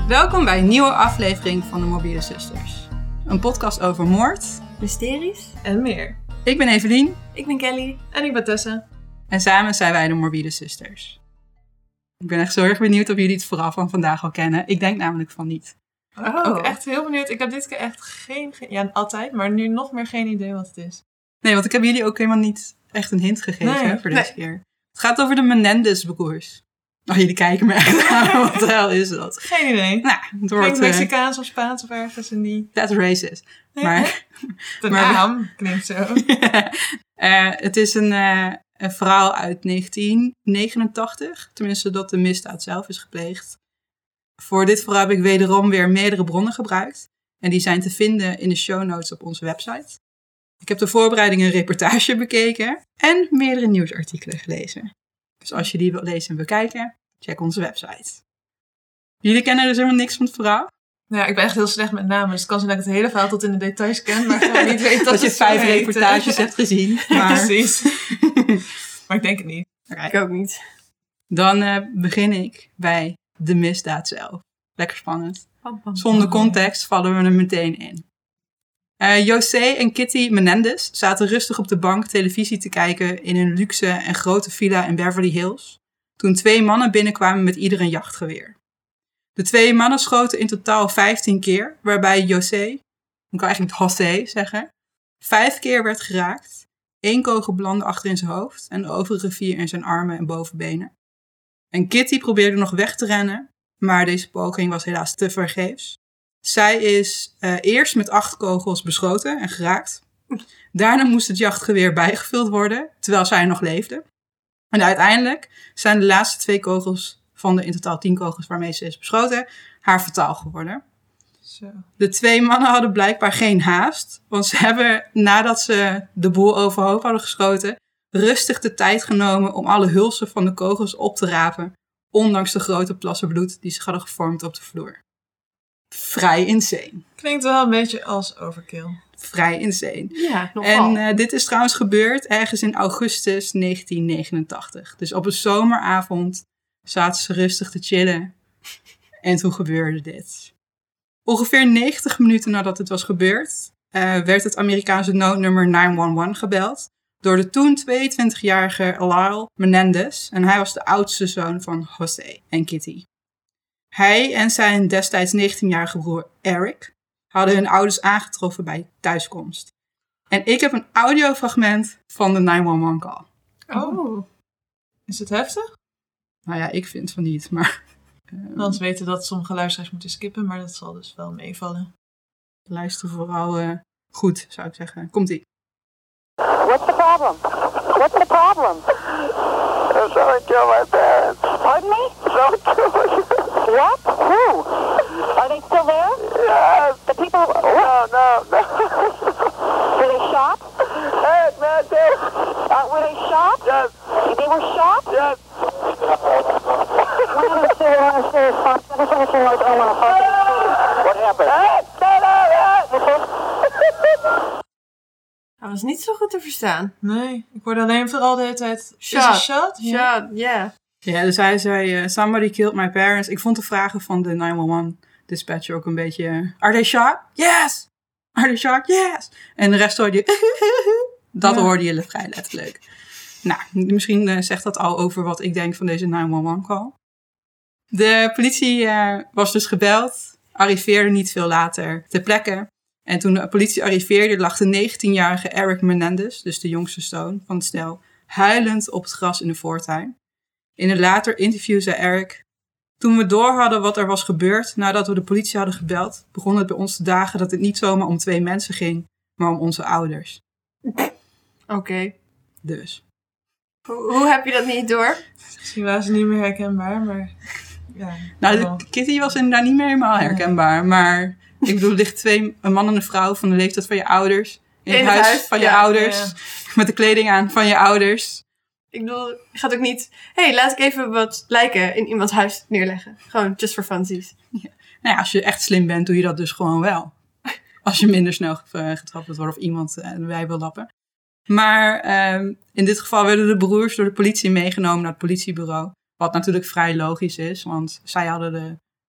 Welkom bij een nieuwe aflevering van de Morbide Zusters. Een podcast over moord, mysteries en meer. Ik ben Evelien. Ik ben Kelly. En ik ben Tessa. En samen zijn wij de Morbide Zusters. Ik ben echt zo erg benieuwd of jullie het vooraf van vandaag al kennen. Ik denk namelijk van niet. Ook echt heel benieuwd. Ik heb dit keer echt geen... Ja, altijd, maar nu nog meer geen idee wat het is. Nee, want ik heb jullie ook helemaal niet echt een hint gegeven voor deze keer. Het gaat over de Menendez-broers. Oh, jullie kijken me echt aan. Wat de hel is dat? Geen idee. Nou, het wordt... Klinkt Mexicaans of Spaans of ergens in die... That's racist. Maar... De naam klinkt zo. Het is een verhaal uit 1989. Tenminste, dat de misdaad zelf is gepleegd. Voor dit verhaal heb ik wederom weer meerdere bronnen gebruikt. En die zijn te vinden in de show notes op onze website. Ik heb de voorbereiding een reportage bekeken. En meerdere nieuwsartikelen gelezen. Dus als je die wilt lezen en bekijken, check onze website. Jullie kennen dus helemaal niks van het verhaal? Ja, ik ben echt heel slecht met namen. Dus het kan zijn dat ik het hele verhaal tot in de details ken. Maar gewoon niet weet dat je 5 reportages hebt gezien. Maar... Precies. Maar ik denk het niet. Ik ook niet. Dan begin ik bij de misdaad zelf. Lekker spannend. Zonder context vallen we er meteen in. José en Kitty Menendez zaten rustig op de bank televisie te kijken in een luxe en grote villa in Beverly Hills, toen 2 mannen binnenkwamen met ieder een jachtgeweer. De 2 mannen schoten in totaal 15 keer, waarbij José, ik kan eigenlijk José zeggen, 5 keer werd geraakt. 1 kogel belandde achter in zijn hoofd en de overige 4 in zijn armen en bovenbenen. En Kitty probeerde nog weg te rennen, maar deze poging was helaas te vergeefs. Zij is eerst met 8 kogels beschoten en geraakt. Daarna moest het jachtgeweer bijgevuld worden, terwijl zij nog leefde. En uiteindelijk zijn de laatste 2 kogels van de in totaal 10 kogels waarmee ze is beschoten, haar fataal geworden. Zo. De 2 mannen hadden blijkbaar geen haast, want ze hebben, nadat ze de boel overhoop hadden geschoten, rustig de tijd genomen om alle hulsen van de kogels op te rapen, ondanks de grote plassen bloed die zich hadden gevormd op de vloer. Vrij insane. Klinkt wel een beetje als overkill. Vrij insane. Ja, nogal. En dit is trouwens gebeurd ergens in augustus 1989. Dus op een zomeravond zaten ze rustig te chillen. En toen gebeurde dit. Ongeveer 90 minuten nadat het was gebeurd, werd het Amerikaanse noodnummer 911 gebeld door de toen 22-jarige Lyle Menendez. En hij was de oudste zoon van José en Kitty. Hij en zijn destijds 19-jarige broer Eric hadden hun ouders aangetroffen bij thuiskomst. En ik heb een audiofragment van de 911 call. Oh. Is het heftig? Nou ja, ik vind van niet, maar... Anders weten dat sommige luisteraars moeten skippen, maar dat zal dus wel meevallen. Luister vooral goed, zou ik zeggen. Komt-ie. What's the problem? What's the problem? Someone killed my parents. Pardon me? Someone killed my parents. What? Who? Are they still there? Yes. The people... No. Were they shot? Hey, man, were they shot? Yes. They were shot? Yes. What happened? Dat was niet zo goed te verstaan. Nee, ik hoorde alleen vooral de hele tijd... Shot. Is het shot? Shot, yeah. Ja, dus hij zei, somebody killed my parents. Ik vond de vragen van de 911 dispatcher ook een beetje... Are they shot? Yes! Are they shot? Yes! En de rest hoorde je... Dat hoorde je vrij letterlijk. Nou, misschien zegt dat al over wat ik denk van deze 911 call. De politie was dus gebeld, arriveerde niet veel later ter plekke. En toen de politie arriveerde lag de 19-jarige Eric Menendez, dus de jongste zoon van het stel, huilend op het gras in de voortuin. In een later interview zei Eric: toen we door hadden wat er was gebeurd nadat we de politie hadden gebeld, begon het bij ons te dagen dat het niet zomaar om 2 mensen ging, maar om onze ouders. Oké. Dus. Hoe heb je dat niet door? Misschien waren ze niet meer herkenbaar, maar... Ja, nou, Kitty was inderdaad niet meer helemaal herkenbaar, maar... Ik bedoel, er ligt een man en een vrouw van de leeftijd van je ouders. In het huis van je ouders. Ja. Met de kleding aan van je ouders. Ik bedoel, je gaat ook niet... laat ik even wat lijken in iemands huis neerleggen. Gewoon just for funsies. Ja. Nou ja, als je echt slim bent, doe je dat dus gewoon wel. Als je minder snel getrapt wilt worden of iemand erbij wil lappen. Maar in dit geval werden de broers door de politie meegenomen naar het politiebureau. Wat natuurlijk vrij logisch is, want zij hadden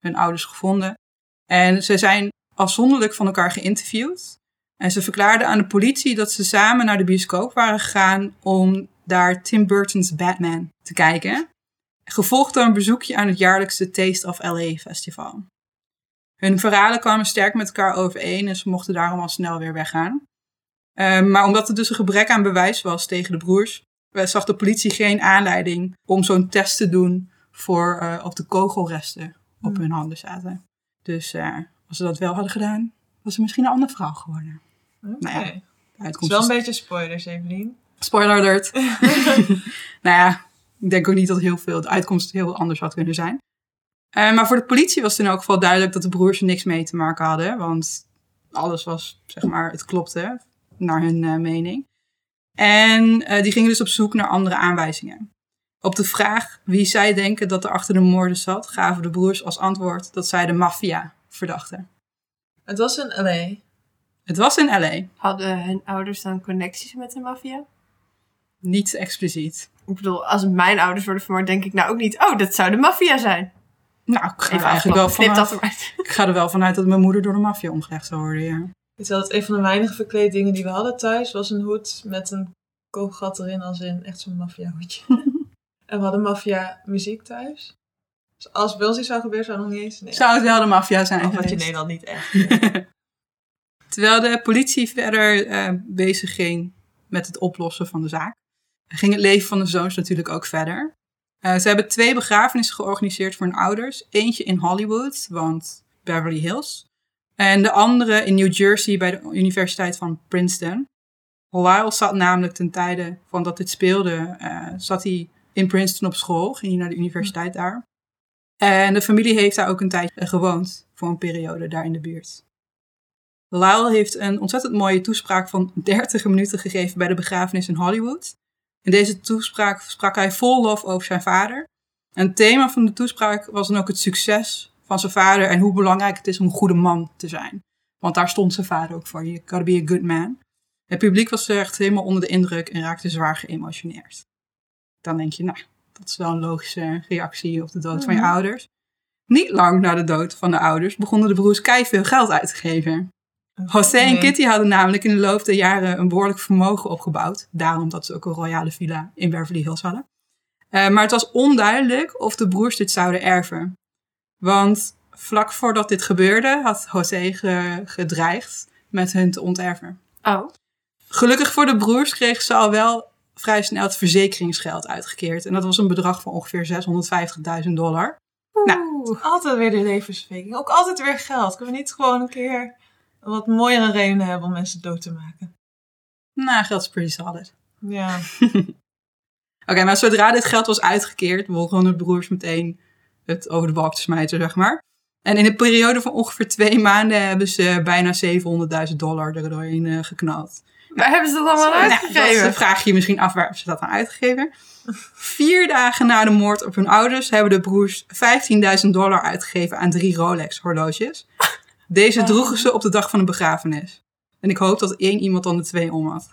hun ouders gevonden. En ze zijn afzonderlijk van elkaar geïnterviewd. En ze verklaarden aan de politie dat ze samen naar de bioscoop waren gegaan om daar Tim Burton's Batman te kijken. Gevolgd door een bezoekje aan het jaarlijkse Taste of LA festival. Hun verhalen kwamen sterk met elkaar overeen en ze mochten daarom al snel weer weggaan. Maar omdat er dus een gebrek aan bewijs was tegen de broers, zag de politie geen aanleiding om zo'n test te doen voor of de kogelresten op hun handen zaten. Dus als ze dat wel hadden gedaan, was het misschien een ander verhaal geworden. Okay. Nou ja, het is wel een beetje spoilers, Evelien. Spoiler alert. Nou ja, ik denk ook niet dat de uitkomst heel anders had kunnen zijn. Maar voor de politie was het in elk geval duidelijk dat de broers er niks mee te maken hadden. Want alles was, zeg maar, het klopte naar hun mening. En die gingen dus op zoek naar andere aanwijzingen. Op de vraag wie zij denken dat er achter de moorden zat, gaven de broers als antwoord dat zij de maffia verdachten. Het was in LA. Het was in LA. Hadden hun ouders dan connecties met de maffia? Niet expliciet. Ik bedoel, als mijn ouders worden vermoord, denk ik nou ook niet, dat zou de maffia zijn. Nou, ik ga, Even eigenlijk wel ik ga er wel vanuit dat mijn moeder door de maffia omgelegd zou worden, ja. Ik zei dat een van de weinige verkleeddingen die we hadden thuis was een hoed met een kogelgat erin, als in echt zo'n maffia hoedje. En we hadden maffia muziek thuis. Dus als het bij ons iets zou gebeuren, zou het nog niet eens... Nee. Zou het wel de maffia zijn Of had je geweest. Nederland niet echt. Terwijl de politie verder bezig ging met het oplossen van de zaak, ging het leven van de zoons natuurlijk ook verder. Ze hebben 2 begrafenissen georganiseerd voor hun ouders. Eentje in Hollywood, want Beverly Hills. En de andere in New Jersey bij de Universiteit van Princeton. Lyle zat namelijk ten tijde van dat dit speelde, zat hij in Princeton op school. Ging hij naar de universiteit daar. En de familie heeft daar ook een tijdje gewoond voor een periode daar in de buurt. Lyle heeft een ontzettend mooie toespraak van 30 minuten gegeven bij de begrafenis in Hollywood. In deze toespraak sprak hij vol lof over zijn vader. En het thema van de toespraak was dan ook het succes van zijn vader en hoe belangrijk het is om een goede man te zijn. Want daar stond zijn vader ook voor. You gotta be a good man. Het publiek was echt helemaal onder de indruk en raakte zwaar geëmotioneerd. Dan denk je, nou, dat is wel een logische reactie op de dood van je ouders. Niet lang na de dood van de ouders begonnen de broers keiveel geld uit te geven. José en Kitty hadden namelijk in de loop der jaren een behoorlijk vermogen opgebouwd. Daarom dat ze ook een royale villa in Beverly Hills hadden. Maar het was onduidelijk of de broers dit zouden erven. Want vlak voordat dit gebeurde had José gedreigd met hun te onterven. Oh. Gelukkig voor de broers kregen ze al wel vrij snel het verzekeringsgeld uitgekeerd. En dat was een bedrag van ongeveer $650.000. Nou, altijd weer de levensverzekering. Ook altijd weer geld. Kunnen we niet gewoon een keer een wat mooiere reden hebben om mensen dood te maken? nou, geld is pretty solid. Ja. Oké, maar zodra dit geld was uitgekeerd, begonnen de broers meteen het over de balk te smijten, zeg maar. En in een periode van ongeveer 2 maanden hebben ze bijna $700.000 er doorheen geknald. Waar hebben ze dat allemaal uitgegeven? Dat vraag je je misschien af, waar hebben ze dat aan uitgegeven? 4 dagen na de moord op hun ouders hebben de broers $15.000 uitgegeven aan 3 Rolex horloges. Deze droegen ze op de dag van de begrafenis. En ik hoop dat 1 iemand dan de 2 om had.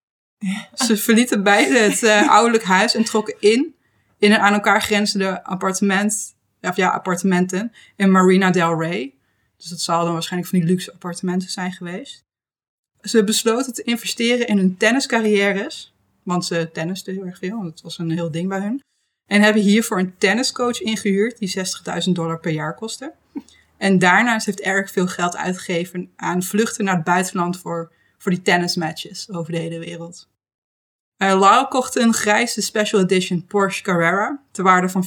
Ze verlieten beide het ouderlijk huis en trokken in een aan elkaar grenzende appartementen in Marina del Rey. Dus dat zal dan waarschijnlijk van die luxe appartementen zijn geweest. Ze besloten te investeren in hun tenniscarrières. Want ze tennisten heel erg veel, want het was een heel ding bij hun. En hebben hiervoor een tenniscoach ingehuurd die $60.000 per jaar kostte. En daarnaast heeft Eric veel geld uitgegeven aan vluchten naar het buitenland voor die tennismatches over de hele wereld. Lyle kocht een grijze special edition Porsche Carrera ter waarde van $64.000.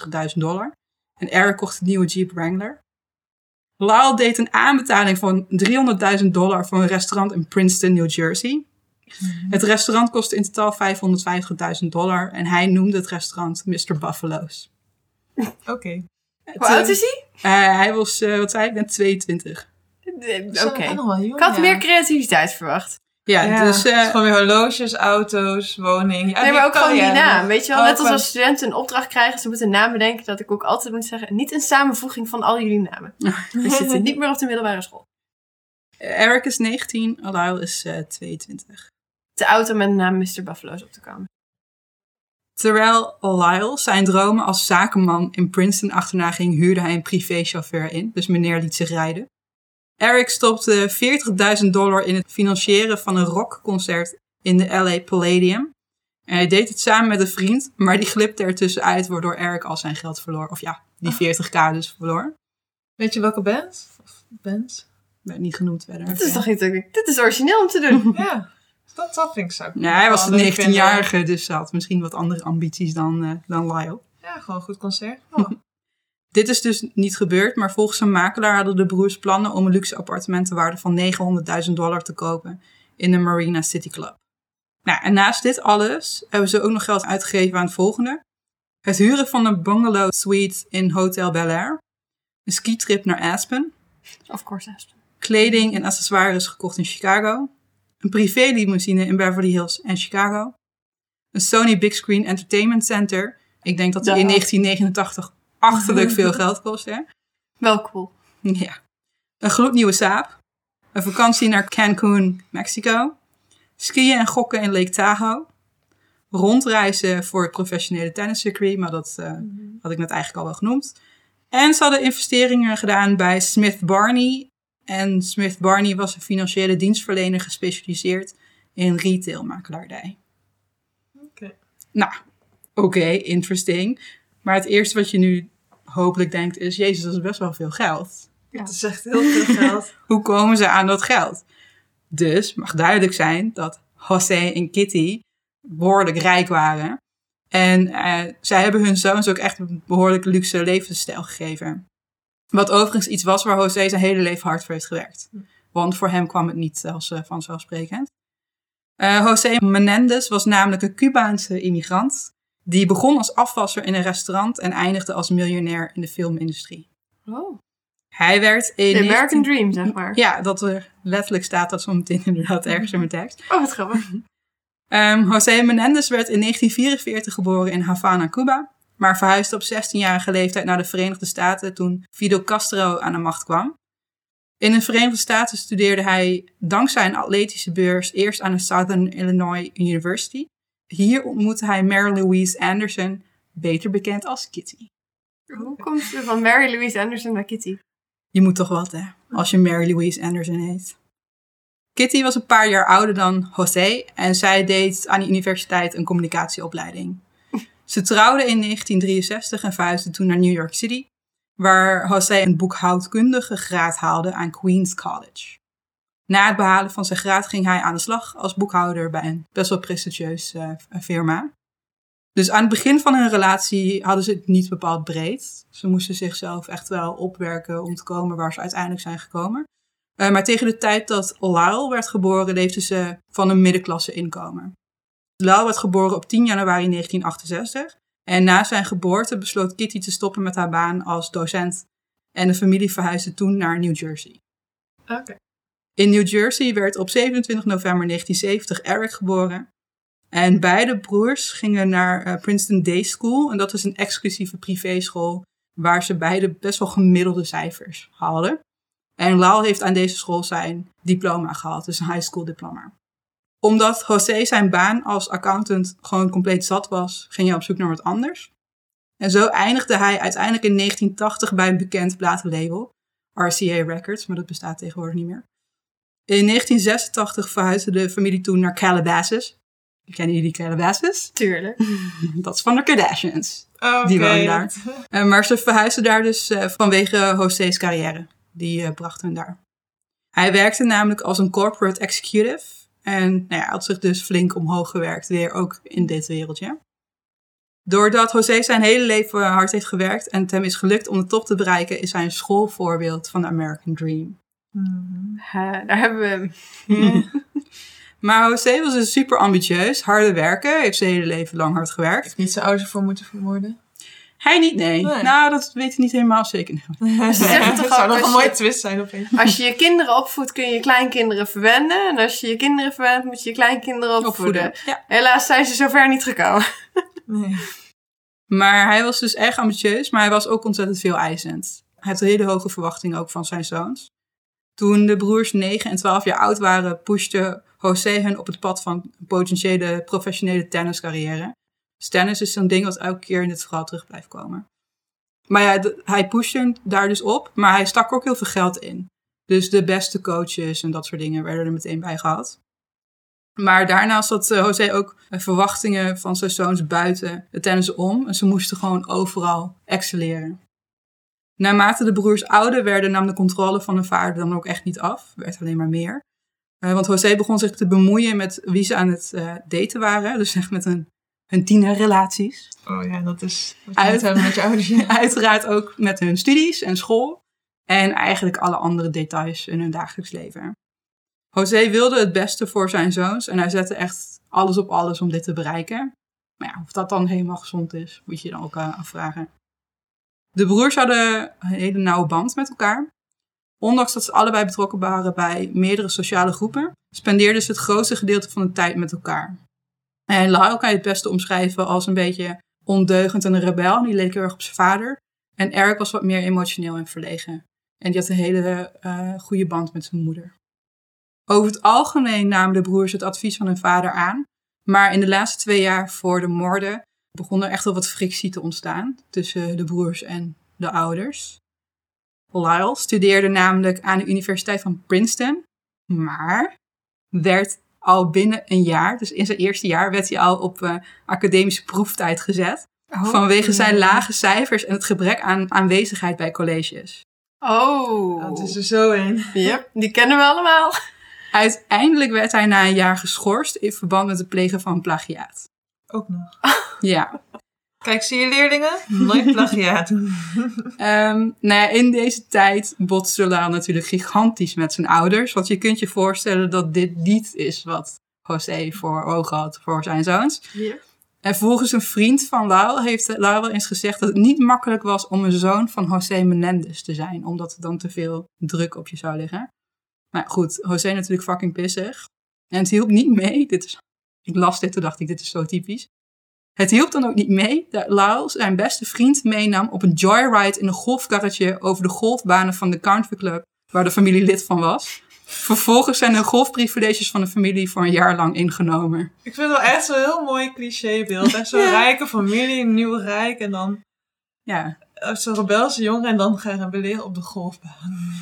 En Eric kocht een nieuwe Jeep Wrangler. Lyle deed een aanbetaling van $300.000 voor een restaurant in Princeton, New Jersey. Het restaurant kostte in totaal $550.000 en hij noemde het restaurant Mr. Buffalo's. Oké. Hoe oud is hij? Hij was, wat zei ik net, 22. Oké. Ik Ik had meer creativiteit verwacht. Ja, dus... het is gewoon weer horloges, auto's, woning. Nee, maar ook gewoon die naam. Weet je wel, net gewoon... als studenten een opdracht krijgen, ze moeten een naam bedenken, dat ik ook altijd moet zeggen, niet een samenvoeging van al jullie namen. We zitten niet meer op de middelbare school. Eric is 19, Lyle is 22. De auto met de naam Mr. Buffalo's op te komen. Terwijl Lyle zijn dromen als zakenman in Princeton achterna ging, huurde hij een privéchauffeur in. Dus meneer liet zich rijden. Eric stopte $40.000 in het financieren van een rockconcert in de LA Palladium. En hij deed het samen met een vriend, maar die glipte er tussenuit, waardoor Eric al zijn geld verloor. Of ja, die 40k dus verloor. Weet je welke band? Of bands? Werd niet genoemd verder. Dit is toch niet... Dit is origineel om te doen. Ja, dat vind ik zo. Ja, hij was de 19-jarige, dus hij had misschien wat andere ambities dan Lyle. Ja, gewoon een goed concert. Oh. Dit is dus niet gebeurd, maar volgens een makelaar hadden de broers plannen om een luxe appartementenwaarde van $900.000 te kopen in de Marina City Club. Nou, en naast dit alles hebben ze ook nog geld uitgegeven aan het volgende. Het huren van een bungalow suite in Hotel Bel Air. Een skitrip naar Aspen. Of course, Aspen. Kleding en accessoires gekocht in Chicago. Een privélimousine in Beverly Hills en Chicago. Een Sony Big Screen Entertainment Center. Ik denk dat die in 1989 achterlijk veel geld kostte. Wel cool. Ja. Een gloednieuwe Saab. Een vakantie naar Cancun, Mexico. Skiën en gokken in Lake Tahoe. Rondreizen voor het professionele tenniscircuit, maar dat had ik net eigenlijk al wel genoemd. En ze hadden investeringen gedaan bij Smith Barney. En Smith Barney was een financiële dienstverlener gespecialiseerd in retailmakelaardij. Oké. Nou, oké, interesting. Maar het eerste wat je nu hopelijk denkt is, jezus, dat is best wel veel geld. Ja. Dat is echt heel veel geld. Hoe komen ze aan dat geld? Dus mag duidelijk zijn dat José en Kitty behoorlijk rijk waren. En zij hebben hun zoons ook echt een behoorlijk luxe levensstijl gegeven. Wat overigens iets was waar José zijn hele leven hard voor heeft gewerkt. Want voor hem kwam het niet als vanzelfsprekend. José Menendez was namelijk een Cubaanse immigrant. Die begon als afwasser in een restaurant en eindigde als miljonair in de filmindustrie. Oh. Hij werd in... The American Dream, zeg maar. Ja, dat er letterlijk staat dat zo meteen inderdaad ergens in mijn tekst. Oh, wat grappig. José Menendez werd in 1944 geboren in Havana, Cuba. Maar verhuisde op 16-jarige leeftijd naar de Verenigde Staten toen Fidel Castro aan de macht kwam. In de Verenigde Staten studeerde hij dankzij een atletische beurs eerst aan de Southern Illinois University. Hier ontmoette hij Mary Louise Anderson, beter bekend als Kitty. Hoe komt ze van Mary Louise Anderson naar Kitty? Je moet toch wat, hè, als je Mary Louise Anderson heet. Kitty was een paar jaar ouder dan José en zij deed aan de universiteit een communicatieopleiding. Ze trouwden in 1963 en verhuisden toen naar New York City, waar José een boekhoudkundige graad haalde aan Queens College. Na het behalen van zijn graad ging hij aan de slag als boekhouder bij een best wel prestigieus firma. Dus aan het begin van hun relatie hadden ze het niet bepaald breed. Ze moesten zichzelf echt wel opwerken om te komen waar ze uiteindelijk zijn gekomen. Maar tegen de tijd dat Lyle werd geboren, leefden ze van een middenklasse inkomen. Lyle werd geboren op 10 januari 1968. En na zijn geboorte besloot Kitty te stoppen met haar baan als docent. En de familie verhuisde toen naar New Jersey. Oké. In New Jersey werd op 27 november 1970 Eric geboren. En beide broers gingen naar Princeton Day School. En dat is een exclusieve privéschool waar ze beide best wel gemiddelde cijfers hadden. En Lyle heeft aan deze school zijn diploma gehad, dus een high school diploma. Omdat José zijn baan als accountant gewoon compleet zat was, ging hij op zoek naar wat anders. En zo eindigde hij uiteindelijk in 1980 bij een bekend platenlabel, RCA Records, maar dat bestaat tegenwoordig niet meer. In 1986 verhuisde de familie toen naar Calabasas. Kennen jullie Calabasas? Tuurlijk. Dat is van de Kardashians. Okay. Die wonen daar. Maar ze verhuisden daar dus vanwege José's carrière. Die bracht hen daar. Hij werkte namelijk als een corporate executive. En hij had zich dus flink omhoog gewerkt, weer ook in dit wereldje. Doordat José zijn hele leven hard heeft gewerkt en het hem is gelukt om de top te bereiken, is hij een schoolvoorbeeld van de American Dream. Daar hebben we hem. Maar José was dus super ambitieus, harde werker, heeft zijn hele leven lang hard gewerkt. Heeft niet zijn ouders ervoor moeten vermoorden? Hij niet, nee. Nou, dat weet ik niet helemaal zeker. Ze zeggen toch dat zou ook, nog een mooie twist zijn opeens. Als je je kinderen opvoedt, kun je je kleinkinderen verwennen. En als je je kinderen verwendt, moet je je kleinkinderen opvoeden. Ja. Helaas zijn ze zover niet gekomen. Nee. Maar hij was dus erg ambitieus, maar hij was ook ontzettend veel eisend. Hij had hele hoge verwachtingen ook van zijn zoons. Toen de broers 9 en 12 jaar oud waren, pushte José hen op het pad van een potentiële professionele tenniscarrière. Stennis is zo'n ding wat elke keer in het verhaal terug blijft komen. Maar ja, hij pushte daar dus op, maar hij stak ook heel veel geld in. Dus de beste coaches en dat soort dingen werden er meteen bij gehad. Maar daarnaast had José ook verwachtingen van zijn zoons buiten het tennis om. En ze moesten gewoon overal excelleren. Naarmate de broers ouder werden, nam de controle van hun vader dan ook echt niet af. Het werd alleen maar meer. Want José begon zich te bemoeien met wie ze aan het daten waren. Dus echt met hun tienerrelaties. Oh ja, dat is wat je moet hebben met je ouders. Ja. Uiteraard ook met hun studies en school. En eigenlijk alle andere details in hun dagelijks leven. José wilde het beste voor zijn zoons. En hij zette echt alles op alles om dit te bereiken. Maar ja, of dat dan helemaal gezond is, moet je je dan ook afvragen. De broers hadden een hele nauwe band met elkaar. Ondanks dat ze allebei betrokken waren bij meerdere sociale groepen, spendeerden ze het grootste gedeelte van de tijd met elkaar. En Lyle kan je het beste omschrijven als een beetje ondeugend en een rebel. Die leek heel erg op zijn vader. En Eric was wat meer emotioneel en verlegen. En die had een hele goede band met zijn moeder. Over het algemeen namen de broers het advies van hun vader aan. Maar in de laatste 2 jaar voor de moorden begon er echt wel wat frictie te ontstaan tussen de broers en de ouders. Lyle studeerde namelijk aan de Universiteit van Princeton, maar werd al binnen een jaar, dus in zijn eerste jaar, werd hij al op academische proeftijd gezet. Vanwege zijn lage cijfers en het gebrek aan aanwezigheid bij colleges. Oh. Dat is er zo een. Yep, die kennen we allemaal. Uiteindelijk werd hij na een jaar geschorst in verband met het plegen van plagiaat. Ook nog. Ja. Kijk, zie je leerlingen? Nooit plagiaat doen. In deze tijd botste Lyle natuurlijk gigantisch met zijn ouders. Want je kunt je voorstellen dat dit niet is wat José voor ogen had voor zijn zoons. Ja. En volgens een vriend van Lyle heeft Lyle wel eens gezegd dat het niet makkelijk was om een zoon van José Menendez te zijn. Omdat er dan te veel druk op je zou liggen. Maar goed, José natuurlijk fucking pissig. En het hielp niet mee. Ik las dit, toen dacht ik, dit is zo typisch. Het hielp dan ook niet mee dat Lyle zijn beste vriend meenam op een joyride in een golfkarretje over de golfbanen van de country club, waar de familie lid van was. Vervolgens zijn de golfprivileges van de familie voor een jaar lang ingenomen. Ik vind het wel echt zo'n heel mooi clichébeeld. Echt zo'n rijke familie, nieuw rijk en dan zo'n rebelse jongen en dan gaan rebelleren op de golfbaan.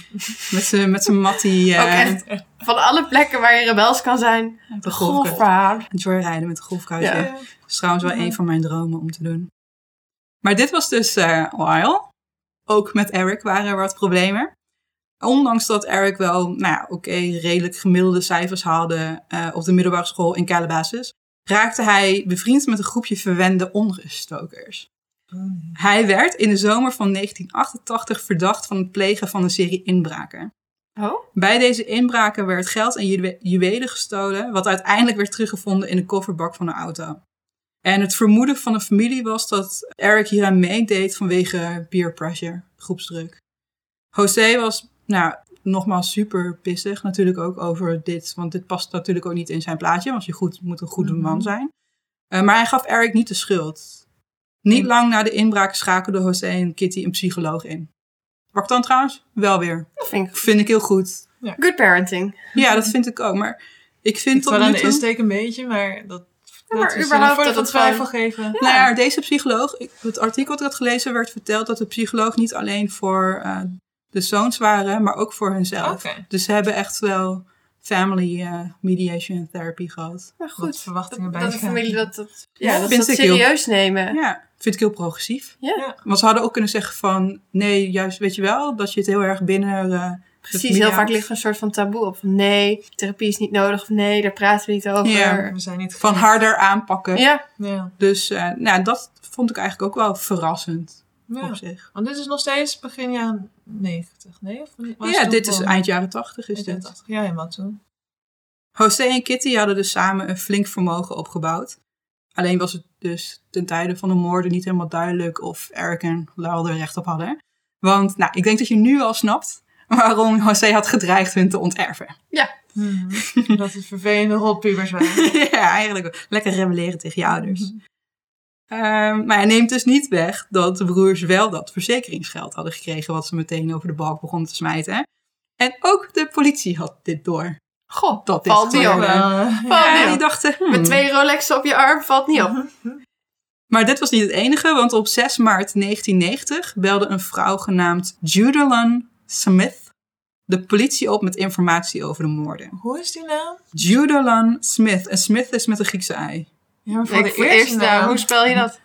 Met zijn mattie. Van alle plekken waar je rebels kan zijn. De golfbaan. Joyrijden met een golfkarretje. Ja. Dat is trouwens wel een van mijn dromen om te doen. Maar dit was dus Lyle. Ook met Eric waren er wat problemen. Ondanks dat Eric wel, redelijk gemiddelde cijfers haalde op de middelbare school in Calabasas, raakte hij bevriend met een groepje verwende onruststokers. Hij werd in de zomer van 1988 verdacht van het plegen van een serie inbraken. Oh? Bij deze inbraken werd geld en juwelen gestolen, wat uiteindelijk werd teruggevonden in de kofferbak van een auto. En het vermoeden van de familie was dat Eric hieraan meedeed vanwege peer pressure, groepsdruk. José was, nogmaals super pissig natuurlijk ook over dit, want dit past natuurlijk ook niet in zijn plaatje, want je moet een goede man zijn. Maar hij gaf Eric niet de schuld. Niet lang na de inbraak schakelden José en Kitty een psycholoog in. Wat dan trouwens? Wel weer. Dat vind ik heel goed. Ja. Good parenting. Ja, dat vind ik ook. Maar ik vind tot nu toe... wel aan de insteek een beetje, maar dat maar überhaupt dat twijfel geven. Ja. Nou ja, deze psycholoog... Het artikel dat ik had gelezen werd verteld dat de psycholoog niet alleen voor de zoons waren, maar ook voor hunzelf. Okay. Dus ze hebben echt wel family mediation therapy gehad. Maar goed, verwachtingen bij dat de familie dat serieus nemen. Ja, vind ik heel progressief. Ja. Want ze hadden ook kunnen zeggen van, nee, juist weet je wel, dat je het heel erg binnen... Precies, heel vaak ligt er een soort van taboe op. Van nee, therapie is niet nodig. Of nee, daar praten we niet over. Ja, we zijn niet van harder aanpakken. Ja. Dus dat vond ik eigenlijk ook wel verrassend op zich. Want dit is nog steeds begin jaren 90, nee? Dit is eind jaren 80 is dit. 80. Ja, helemaal toen. José en Kitty hadden dus samen een flink vermogen opgebouwd. Alleen was het dus ten tijde van de moorden niet helemaal duidelijk of Eric en Lyle er recht op hadden. Want ik denk dat je nu al snapt waarom José had gedreigd hun te onterven. Ja. Dat het vervelende rotpubers waren. Ja, eigenlijk lekker rebelleren tegen je ouders. Maar hij neemt dus niet weg dat de broers wel dat verzekeringsgeld hadden gekregen, wat ze meteen over de balk begonnen te smijten. En ook de politie had dit door. Goh, dat valt niet op. Die dachten... Met 2 Rolexen op je arm valt niet op. Maar dit was niet het enige, want op 6 maart 1990 belde een vrouw genaamd Judelan Smith de politie op met informatie over de moorden. Hoe is die naam? Judelan Smith. En Smith is met een Griekse ei. Ja, maar voor de eerste naam. Hoe spel je dat?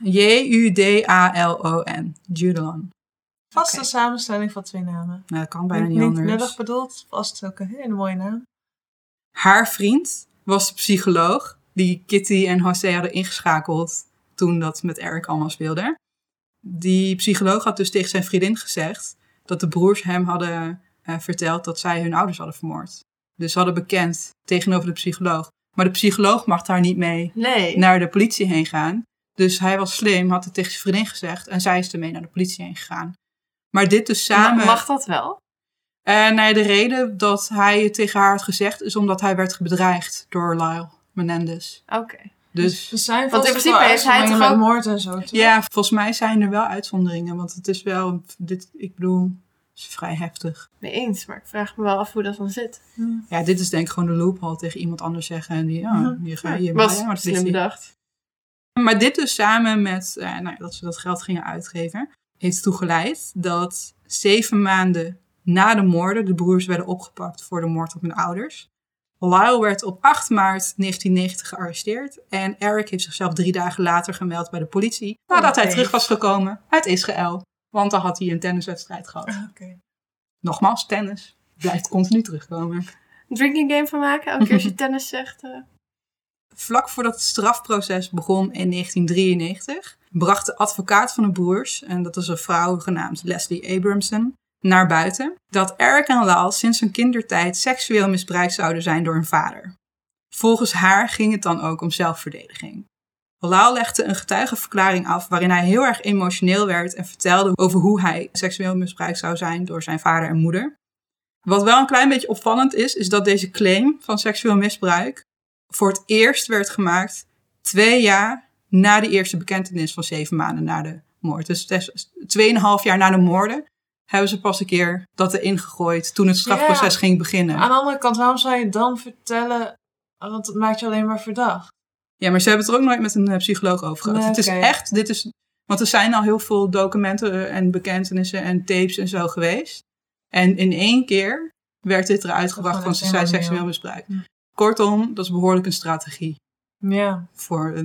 J-U-D-A-L-O-N. Judelan. Vaste samenstelling van 2 namen. Nou, dat kan bijna niet anders. Niet nuttig bedoeld. Vast ook een hele mooie naam. Haar vriend was de psycholoog die Kitty en José hadden ingeschakeld toen dat met Eric allemaal speelde. Die psycholoog had dus tegen zijn vriendin gezegd dat de broers hem hadden verteld dat zij hun ouders hadden vermoord. Dus ze hadden bekend tegenover de psycholoog. Maar de psycholoog mag daar niet mee naar de politie heen gaan. Dus hij was slim, had het tegen zijn vriendin gezegd en zij is ermee naar de politie heen gegaan. Maar dit dus samen... Mag dat wel? De reden dat hij het tegen haar had gezegd is omdat hij werd bedreigd door Lyle Menendez. Oké. Dus zijn want in principe heeft hij toch ook... moord en zo. Toch? Ja, volgens mij zijn er wel uitzonderingen. Want het is wel, ik bedoel, het is vrij heftig. Mee eens, maar ik vraag me wel af hoe dat dan zit. Ja, dit is denk ik gewoon de loophole tegen iemand anders zeggen. En die ga je was slim bedacht. Maar dit dus samen met dat ze dat geld gingen uitgeven, heeft ertoe geleid dat 7 maanden na de moorden de broers werden opgepakt voor de moord op hun ouders. Lyle werd op 8 maart 1990 gearresteerd en Eric heeft zichzelf 3 dagen later gemeld bij de politie nadat hij terug was gekomen uit Israël. Want dan had hij een tenniswedstrijd gehad. Nogmaals, tennis blijft continu terugkomen. Een drinking game van maken, elke keer als je tennis zegt. Vlak voordat het strafproces begon in 1993 bracht de advocaat van de broers, en dat is een vrouw genaamd Leslie Abramson, naar buiten dat Eric en Lyle sinds hun kindertijd seksueel misbruikt zouden zijn door hun vader. Volgens haar ging het dan ook om zelfverdediging. Lyle legde een getuigenverklaring af waarin hij heel erg emotioneel werd en vertelde over hoe hij seksueel misbruikt zou zijn door zijn vader en moeder. Wat wel een klein beetje opvallend is dat deze claim van seksueel misbruik voor het eerst werd gemaakt 2 jaar na de eerste bekentenis van 7 maanden na de moord. Dus 2,5 jaar na de moorden hebben ze pas een keer dat erin gegooid toen het strafproces ging beginnen. Aan de andere kant, waarom zou je dan vertellen, want het maakt je alleen maar verdacht. Ja, maar ze hebben het er ook nooit met een psycholoog over gehad. Het is echt, want er zijn al heel veel documenten en bekentenissen en tapes en zo geweest. En in 1 keer werd dit eruit gebracht van ze zijn seksueel misbruikt. Kortom, dat is behoorlijk een strategie. Ja. Voor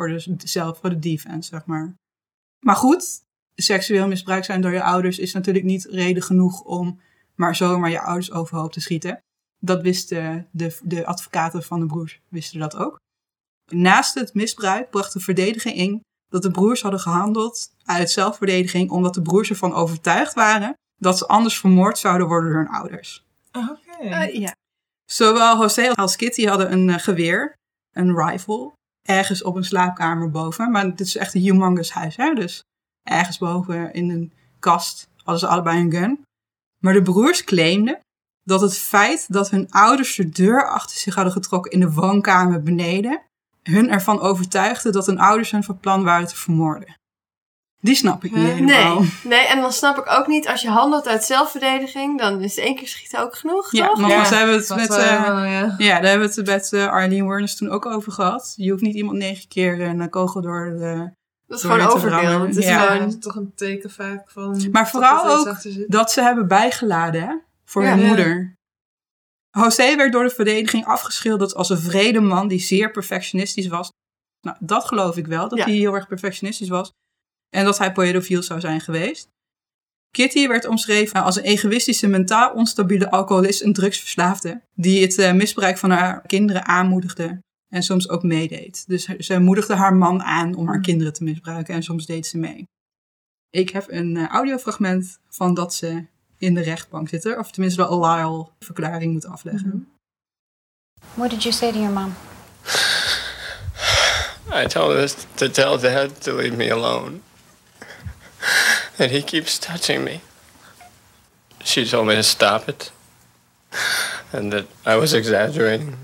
de defense, zeg maar. Maar goed, seksueel misbruikt zijn door je ouders is natuurlijk niet reden genoeg om maar zomaar je ouders overhoop te schieten. Dat wisten de advocaten van de broers wisten dat ook. Naast het misbruik bracht de verdediging in dat de broers hadden gehandeld uit zelfverdediging omdat de broers ervan overtuigd waren dat ze anders vermoord zouden worden door hun ouders. Ja. Zowel José als Kitty hadden een geweer, een rifle, ergens op een slaapkamer boven. Maar dit is echt een humongous huis, hè? Dus ergens boven in een kast hadden ze allebei een gun. Maar de broers claimden dat het feit dat hun ouders de deur achter zich hadden getrokken in de woonkamer beneden hun ervan overtuigde dat hun ouders hun van plan waren te vermoorden. Die snap ik niet helemaal. Nee, en dan snap ik ook niet, als je handelt uit zelfverdediging, dan is 1 keer schieten ook genoeg, ja, toch? Nogmaals, daar hebben we het met Arlene Wernes toen ook over gehad. Je hoeft niet iemand 9 keer een kogel door de... Dat is gewoon overbeeld. Het is gewoon toch een teken vaak van... Maar vooral ook dat ze hebben bijgeladen, hè, voor hun moeder. José werd door de verdediging afgeschilderd als een vrede man die zeer perfectionistisch was. Nou, dat geloof ik wel, dat hij heel erg perfectionistisch was. En dat hij pedofiel zou zijn geweest. Kitty werd omschreven als een egoïstische, mentaal onstabiele alcoholist en drugsverslaafde. Die het misbruik van haar kinderen aanmoedigde. En soms ook meedeed. Dus ze moedigde haar man aan om haar kinderen te misbruiken. En soms deed ze mee. Ik heb een audiofragment van dat ze in de rechtbank zitten. Of tenminste de Lyle-verklaring moet afleggen. What did you say to your mom? I told her to tell Dad to leave me alone. And he keeps touching me. She told me to stop it. And that I was exaggerating.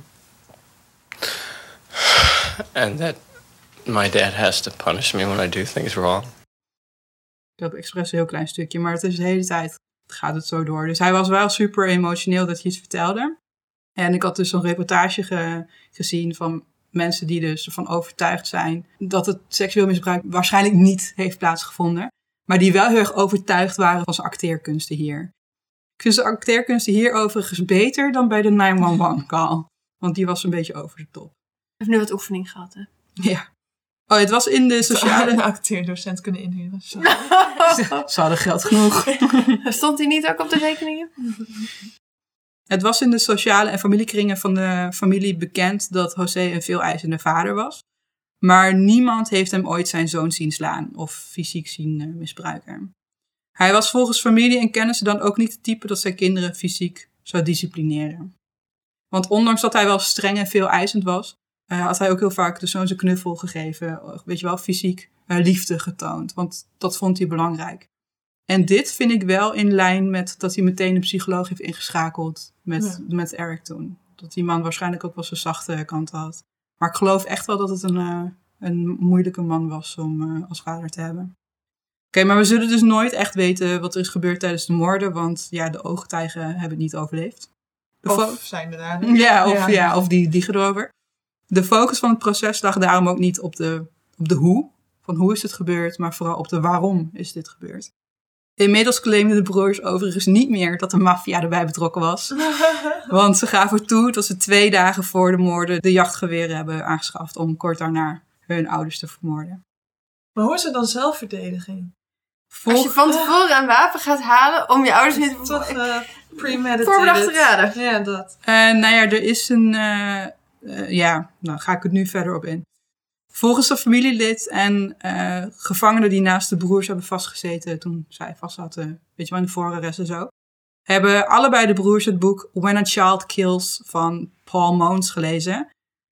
And that my dad has to punish me when I do things wrong. Ik heb expres een heel klein stukje, maar het is de hele tijd gaat het zo door. Dus hij was wel super emotioneel dat hij iets vertelde. En ik had dus zo'n reportage gezien van mensen die dus ervan overtuigd zijn dat het seksueel misbruik waarschijnlijk niet heeft plaatsgevonden. Maar die wel heel erg overtuigd waren van zijn acteerkunsten hier. Ik vind zijn acteerkunsten hier overigens beter dan bij de 911 call. Want die was een beetje over de top. Hij heeft nu wat oefening gehad, hè? Ja. Oh, het was in de sociale... Een acteerdocent kunnen inhuren. Ze hadden geld genoeg. Stond hij niet ook op de rekeningen? Het was in de sociale en familiekringen van de familie bekend dat José een veeleisende vader was. Maar niemand heeft hem ooit zijn zoon zien slaan of fysiek zien misbruiken. Hij was volgens familie en kennissen dan ook niet het type dat zijn kinderen fysiek zou disciplineren. Want ondanks dat hij wel streng en veeleisend was, had hij ook heel vaak de zoon zijn knuffel gegeven. Weet je wel, fysiek liefde getoond. Want dat vond hij belangrijk. En dit vind ik wel in lijn met dat hij meteen een psycholoog heeft ingeschakeld met Eric toen. Dat die man waarschijnlijk ook wel zijn zachte kant had. Maar ik geloof echt wel dat het een moeilijke man was om als vader te hebben. Oké, maar we zullen dus nooit echt weten wat er is gebeurd tijdens de moorden. Want ja, de ooggetuigen hebben het niet overleefd. Of zijn er daar? Ja, of die liegen erover. De focus van het proces lag daarom ook niet op de hoe. Van hoe is het gebeurd, maar vooral op de waarom is dit gebeurd. Inmiddels claimden de broers overigens niet meer dat de maffia erbij betrokken was. Want ze gaven toe dat ze 2 dagen voor de moorden de jachtgeweren hebben aangeschaft om kort daarna hun ouders te vermoorden. Maar hoe is het dan zelfverdediging? Als je van tevoren een wapen gaat halen om je ouders niet te toch premeditated. voorbedacht raden. Ja, dat. Er is een... ga ik het nu verder op in. Volgens de familielid en gevangenen die naast de broers hebben vastgezeten toen zij vast zaten, weet je wel, in de voorarrest en zo, hebben allebei de broers het boek When a Child Kills van Paul Moons gelezen.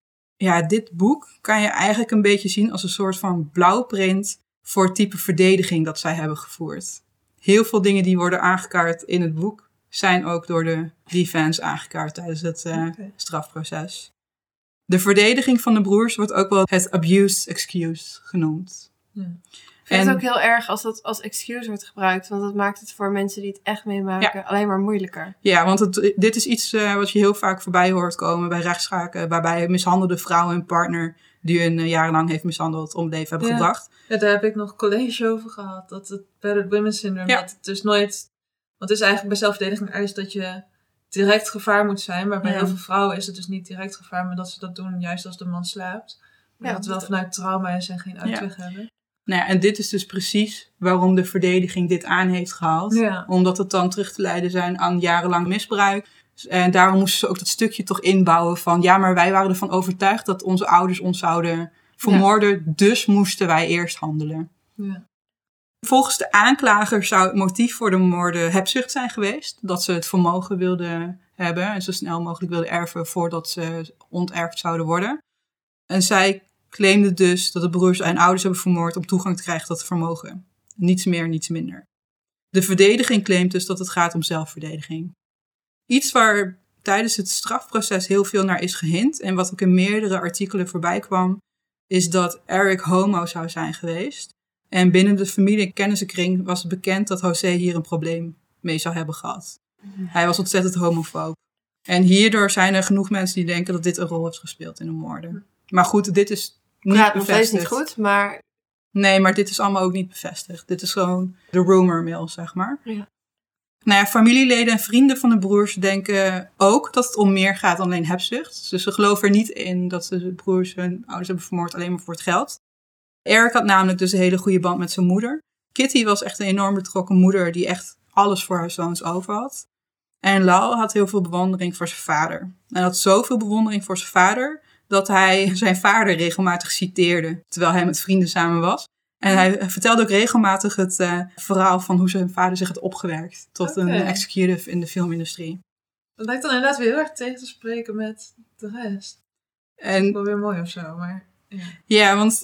Ja, dit boek kan je eigenlijk een beetje zien als een soort van blauwprint voor het type verdediging dat zij hebben gevoerd. Heel veel dingen die worden aangekaart in het boek zijn ook door de defense aangekaart tijdens het strafproces. De verdediging van de broers wordt ook wel het abuse excuse genoemd. Ja. Ik vind het ook heel erg als dat als excuse wordt gebruikt. Want dat maakt het voor mensen die het echt meemaken alleen maar moeilijker. Ja, want dit is iets wat je heel vaak voorbij hoort komen bij rechtszaken. Waarbij mishandelde vrouwen en partner die hun jarenlang heeft mishandeld om het leven hebben gebracht. Ja, daar heb ik nog college over gehad. Dat het battered women syndrome, dat het dus nooit... Want het is eigenlijk bij zelfverdediging eist dat je direct gevaar moet zijn. Maar bij heel veel vrouwen is het dus niet direct gevaar, maar dat ze dat doen juist als de man slaapt. Maar dat wel vanuit trauma is en geen uitweg hebben. Nou ja, en dit is dus precies waarom de verdediging dit aan heeft gehaald. Ja. Omdat het dan terug te leiden zijn aan jarenlang misbruik. En daarom moesten ze ook dat stukje toch inbouwen van... ja, maar wij waren ervan overtuigd dat onze ouders ons zouden vermoorden. Dus moesten wij eerst handelen. Ja. Volgens de aanklager zou het motief voor de moorden hebzucht zijn geweest. Dat ze het vermogen wilden hebben en zo snel mogelijk wilden erven voordat ze onterfd zouden worden. En zij claimde dus dat de broers en ouders hebben vermoord om toegang te krijgen tot het vermogen. Niets meer, niets minder. De verdediging claimt dus dat het gaat om zelfverdediging. Iets waar tijdens het strafproces heel veel naar is gehint en wat ook in meerdere artikelen voorbij kwam, is dat Eric homo zou zijn geweest. En binnen de familie- en kennissenkring was het bekend dat José hier een probleem mee zou hebben gehad. Hij was ontzettend homofoob. En hierdoor zijn er genoeg mensen die denken dat dit een rol heeft gespeeld in de moorden. Maar goed, dit is niet bevestigd. Niet goed, maar... Nee, maar dit is allemaal ook niet bevestigd. Dit is gewoon de rumor mill, zeg maar. Ja. Nou ja, familieleden en vrienden van de broers denken ook dat het om meer gaat dan alleen hebzucht. Dus ze geloven er niet in dat de broers hun ouders hebben vermoord alleen maar voor het geld. Eric had namelijk dus een hele goede band met zijn moeder. Kitty was echt een enorm betrokken moeder die echt alles voor haar zoons over had. En Lal had heel veel bewondering voor zijn vader. En hij had zoveel bewondering voor zijn vader dat hij zijn vader regelmatig citeerde terwijl hij met vrienden samen was. En hij vertelde ook regelmatig het verhaal van hoe zijn vader zich had opgewerkt tot een executive in de filmindustrie. Dat lijkt dan inderdaad weer heel erg tegen te spreken met de rest. En dat is wel weer mooi of zo, maar... Ja, want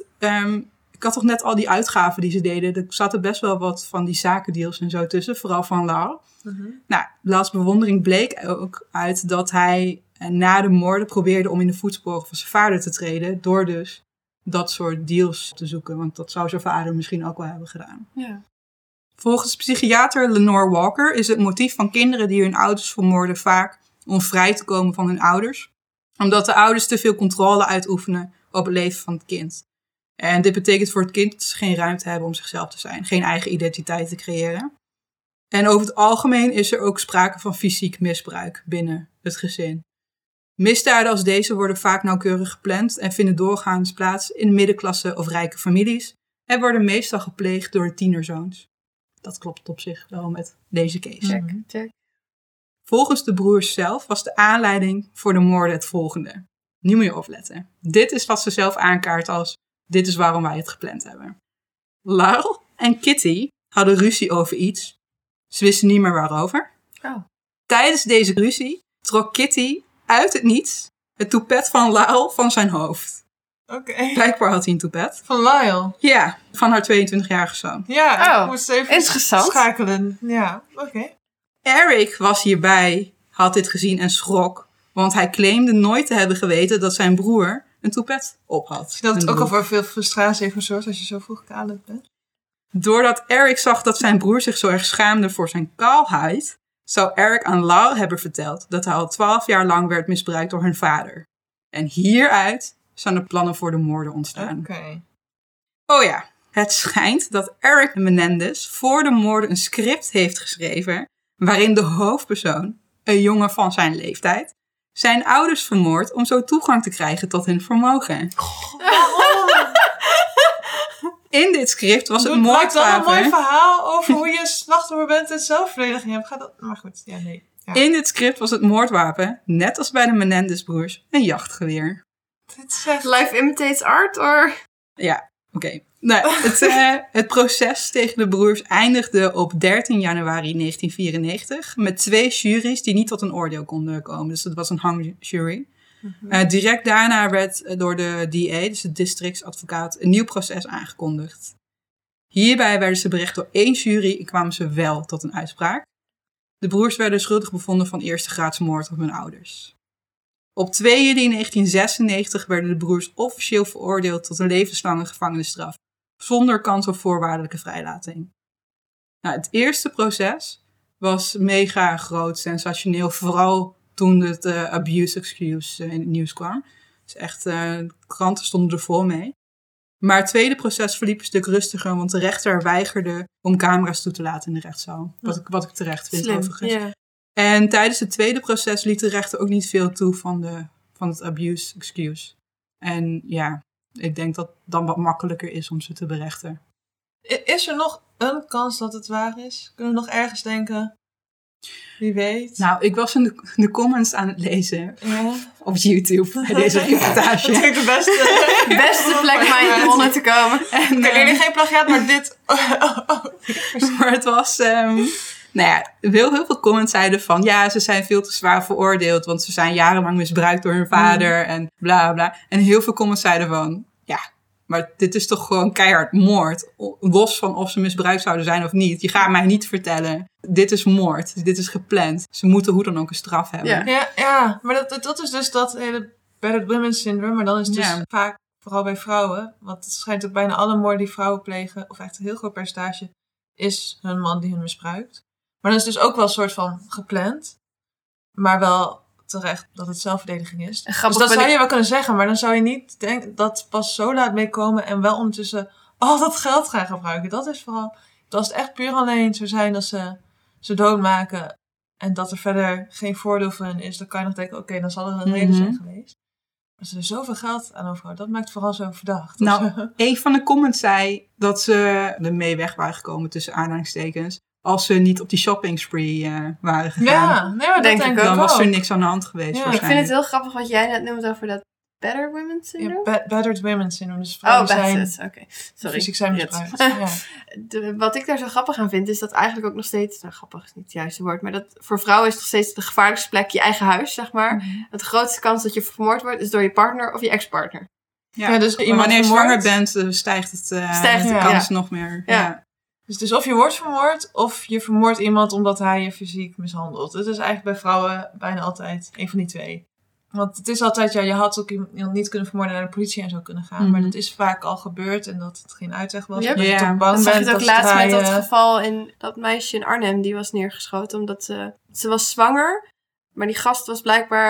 ik had toch net al die uitgaven die ze deden. Er zaten best wel wat van die zakendeals en zo tussen, vooral van Lal. Nou, Lal's bewondering bleek ook uit dat hij na de moorden probeerde om in de voetsporen van zijn vader te treden, door dus dat soort deals te zoeken. Want dat zou zijn vader misschien ook wel hebben gedaan. Ja. Volgens psychiater Lenore Walker is het motief van kinderen die hun ouders vermoorden vaak om vrij te komen van hun ouders. Omdat de ouders te veel controle uitoefenen op het leven van het kind. En dit betekent voor het kind dat ze geen ruimte hebben om zichzelf te zijn. Geen eigen identiteit te creëren. En over het algemeen is er ook sprake van fysiek misbruik binnen het gezin. Misdaden als deze worden vaak nauwkeurig gepland en vinden doorgaans plaats in middenklasse of rijke families. En worden meestal gepleegd door tienerzoons. Dat klopt op zich wel met deze case. Check. Volgens de broers zelf was de aanleiding voor de moorden het volgende. Nu moet je opletten. Dit is wat ze zelf aankaart als: dit is waarom wij het gepland hebben. Lyle en Kitty hadden ruzie over iets. Ze wisten niet meer waarover. Oh. Tijdens deze ruzie trok Kitty uit het niets het toepet van Lyle van zijn hoofd. Oké. Blijkbaar had hij een toepet. Van Lyle? Ja, van haar 22-jarige zoon. Ja, ik moest even interessant. schakelen. Ja, oké. Eric was hierbij, had dit gezien en schrok. Want hij claimde nooit te hebben geweten dat zijn broer een toepet op had. Dat het ook al voor veel frustratie heeft gezorgd als je zo vroeg kalend bent. Doordat Eric zag dat zijn broer zich zo erg schaamde voor zijn kaalheid, zou Eric aan Lyle hebben verteld dat hij al 12 jaar lang werd misbruikt door hun vader. En hieruit zijn de plannen voor de moorden ontstaan. Oké. Oh ja, het schijnt dat Eric Menendez voor de moorden een script heeft geschreven waarin de hoofdpersoon, een jongen van zijn leeftijd, zijn ouders vermoordt om zo toegang te krijgen tot hun vermogen. In dit script was het moordwapen... Maak dan een mooi verhaal over hoe je slachtoffer bent en zelfverdediging hebt. Gaat dat... Maar goed, ja, nee. Ja. In dit script was het moordwapen, net als bij de Menendez-broers, een jachtgeweer. Dit is echt... Life imitates art, or? Ja, oké. Nou, het proces tegen de broers eindigde op 13 januari 1994 met 2 juries die niet tot een oordeel konden komen. Dus dat was een hangjury. Direct daarna werd door de DA, dus de districtsadvocaat, een nieuw proces aangekondigd. Hierbij werden ze berecht door 1 jury en kwamen ze wel tot een uitspraak. De broers werden schuldig bevonden van eerste graads moord op hun ouders. Op 2 juli 1996 werden de broers officieel veroordeeld tot een levenslange gevangenisstraf, zonder kans op voorwaardelijke vrijlating. Nou, het eerste proces was mega groot, sensationeel, vooral toen het abuse excuse in het nieuws kwam. Dus echt, kranten stonden er vol mee. Maar het tweede proces verliep een stuk rustiger, want de rechter weigerde om camera's toe te laten in de rechtszaal. Wat ik terecht vind, overigens. Yeah. En tijdens het tweede proces liet de rechter ook niet veel toe van het abuse excuse. En ja, ik denk dat het dan wat makkelijker is om ze te berechten. Is er nog een kans dat het waar is? Kunnen we nog ergens denken? Wie weet. Nou, ik was in de comments aan het lezen op YouTube bij deze reportage. Dat vind ik de beste plek om aan je bronnen te komen. En jullie geen plagiaat, maar dit... Maar het was... Nou ja, heel veel comments zeiden van... ja, ze zijn veel te zwaar veroordeeld... want ze zijn jarenlang misbruikt door hun vader... en bla bla. En heel veel comments zeiden van... ja, maar dit is toch gewoon keihard moord. Los van of ze misbruikt zouden zijn of niet. Je gaat mij niet vertellen... dit is moord, dit is gepland. Ze moeten hoe dan ook een straf hebben. Ja, maar dat is dus dat hele battered women syndrome... maar dan is het dus vaak, vooral bij vrouwen... want het schijnt ook bijna alle moorden die vrouwen plegen... of echt een heel groot percentage... is hun man die hun misbruikt. Maar dan is het dus ook wel een soort van gepland. Maar wel terecht dat het zelfverdediging is. Dus dat zou je wel kunnen zeggen. Maar dan zou je niet denken dat pas zo laat meekomen. En wel ondertussen al dat geld gaan gebruiken. Dat is vooral... Als het echt puur alleen zou zijn dat ze doodmaken. En dat er verder geen voordeel voor hen is. Dan kan je nog denken, oké, dan zal er een reden zijn geweest. Als ze er zoveel geld aan overhouden, dat maakt vooral zo verdacht. Nou, een van de comments zei dat ze ermee weg waren gekomen tussen aanhalingstekens. Als ze niet op die shopping spree waren gegaan. Ja, maar denk ik ook. Dan was er niks aan de hand geweest. Ja. Ik vind het heel grappig wat jij net noemt over dat battered women syndrome. Ja, battered women syndrome. Dus vrouwen zijn oké. Sorry. Fysiek zijn misbruikt. Wat ik daar zo grappig aan vind, is dat eigenlijk ook nog steeds... Nou, grappig is niet het juiste woord. Maar dat voor vrouwen is nog steeds de gevaarlijkste plek je eigen huis, zeg maar. Mm-hmm. De grootste kans dat je vermoord wordt, is door je partner of je ex-partner. Ja, dus wanneer je zwanger bent, stijgt de kans nog meer. Ja. Dus of je wordt vermoord, of je vermoordt iemand omdat hij je fysiek mishandelt. Het is eigenlijk bij vrouwen bijna altijd een van die twee. Want het is altijd, je had ook iemand niet kunnen vermoorden en naar de politie en zo kunnen gaan. Mm-hmm. Maar dat is vaak al gebeurd en dat het geen uitweg was. Yep. Dat je toch bang bent. Dat zag je ook laatst met dat geval in dat meisje in Arnhem. Die was neergeschoten omdat ze was zwanger. Maar die gast was blijkbaar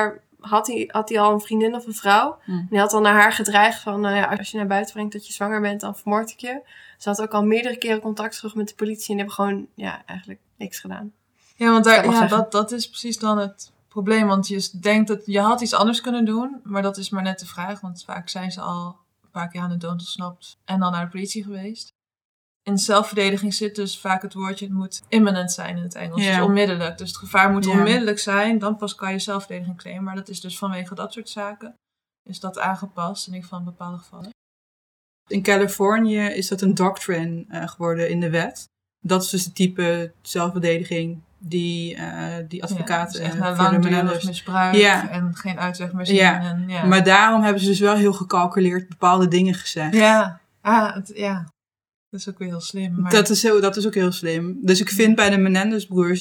had hij al een vriendin of een vrouw. En hij had al naar haar gedreigd van... Nou ja, als je naar buiten brengt dat je zwanger bent, dan vermoord ik je. Ze had ook al meerdere keren contact terug met de politie. En die hebben gewoon eigenlijk niks gedaan. Ja, want dat is precies dan het probleem. Want je denkt dat je had iets anders kunnen doen. Maar dat is maar net de vraag. Want vaak zijn ze al een paar keer aan de dood ontsnapt. En dan naar de politie geweest. In zelfverdediging zit dus vaak het woordje... Het moet imminent zijn in het Engels. Dus onmiddellijk. Dus het gevaar moet onmiddellijk zijn. Dan pas kan je zelfverdediging claimen. Maar dat is dus vanwege dat soort zaken. Is dat aangepast in ieder geval in bepaalde gevallen. In Californië is dat een doctrine geworden in de wet. Dat is dus de type zelfverdediging die advocaten... Ja, dus echt langdurig misbruik en geen uitweg meer zien. Ja. Maar daarom hebben ze dus wel heel gecalculeerd bepaalde dingen gezegd. Ja, dat is ook weer heel slim. Maar... Dat is ook heel slim. Dus ik vind bij de Menendez-broers,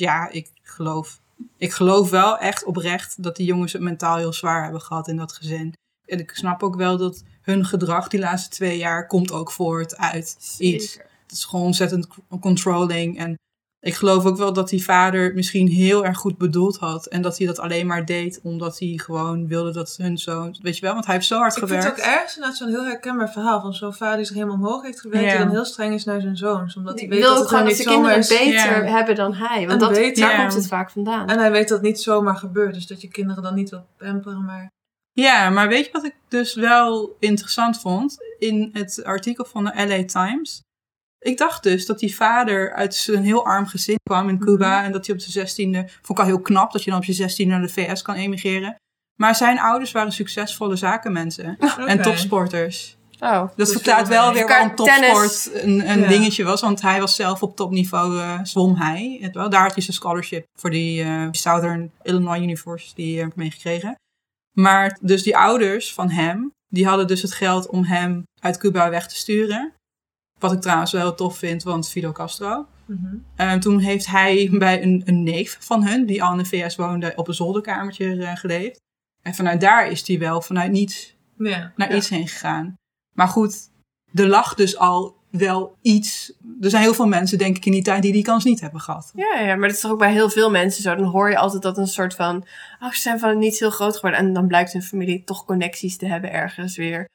ik geloof wel echt oprecht dat die jongens het mentaal heel zwaar hebben gehad in dat gezin. En ik snap ook wel dat hun gedrag die laatste 2 jaar komt ook voort uit iets. Het is gewoon ontzettend controlling. En ik geloof ook wel dat die vader het misschien heel erg goed bedoeld had. En dat hij dat alleen maar deed omdat hij gewoon wilde dat hun zoon... Weet je wel, want hij heeft zo hard gewerkt. Ik vind het ook ergens inderdaad zo'n heel herkenbaar verhaal. Van zo'n vader die zich helemaal omhoog heeft gewerkt. Die dan heel streng is naar zijn zoons. Omdat hij weet dat het gewoon niet dat de kinderen is. beter hebben dan hij. Want daar komt het vaak vandaan. En hij weet dat het niet zomaar gebeurt. Dus dat je kinderen dan niet wat pamperen, maar... Ja, maar weet je wat ik dus wel interessant vond? In het artikel van de LA Times. Ik dacht dus dat die vader uit een heel arm gezin kwam in Cuba. En dat hij op zijn 16e... Vond ik al heel knap dat je dan op je 16e naar de VS kan emigreren. Maar zijn ouders waren succesvolle zakenmensen. En topsporters. Oh, dat verklaart wel weer waarom topsport een dingetje was. Want hij was zelf op topniveau, zwom hij. Daar had hij zijn scholarship voor die Southern Illinois University meegekregen. Maar dus die ouders van hem, die hadden dus het geld om hem uit Cuba weg te sturen. Wat ik trouwens wel heel tof vind, want Fidel Castro. Toen heeft hij bij een neef van hun, die al in de VS woonde, op een zolderkamertje geleefd. En vanuit daar is hij wel vanuit niets naar iets heen gegaan. Maar goed, er lag dus al wel iets... Er zijn heel veel mensen, denk ik, in die tijd die kans niet hebben gehad. Ja, maar dat is toch ook bij heel veel mensen zo. Dan hoor je altijd dat een soort van... ze zijn van niet heel groot geworden. En dan blijkt hun familie toch connecties te hebben ergens weer.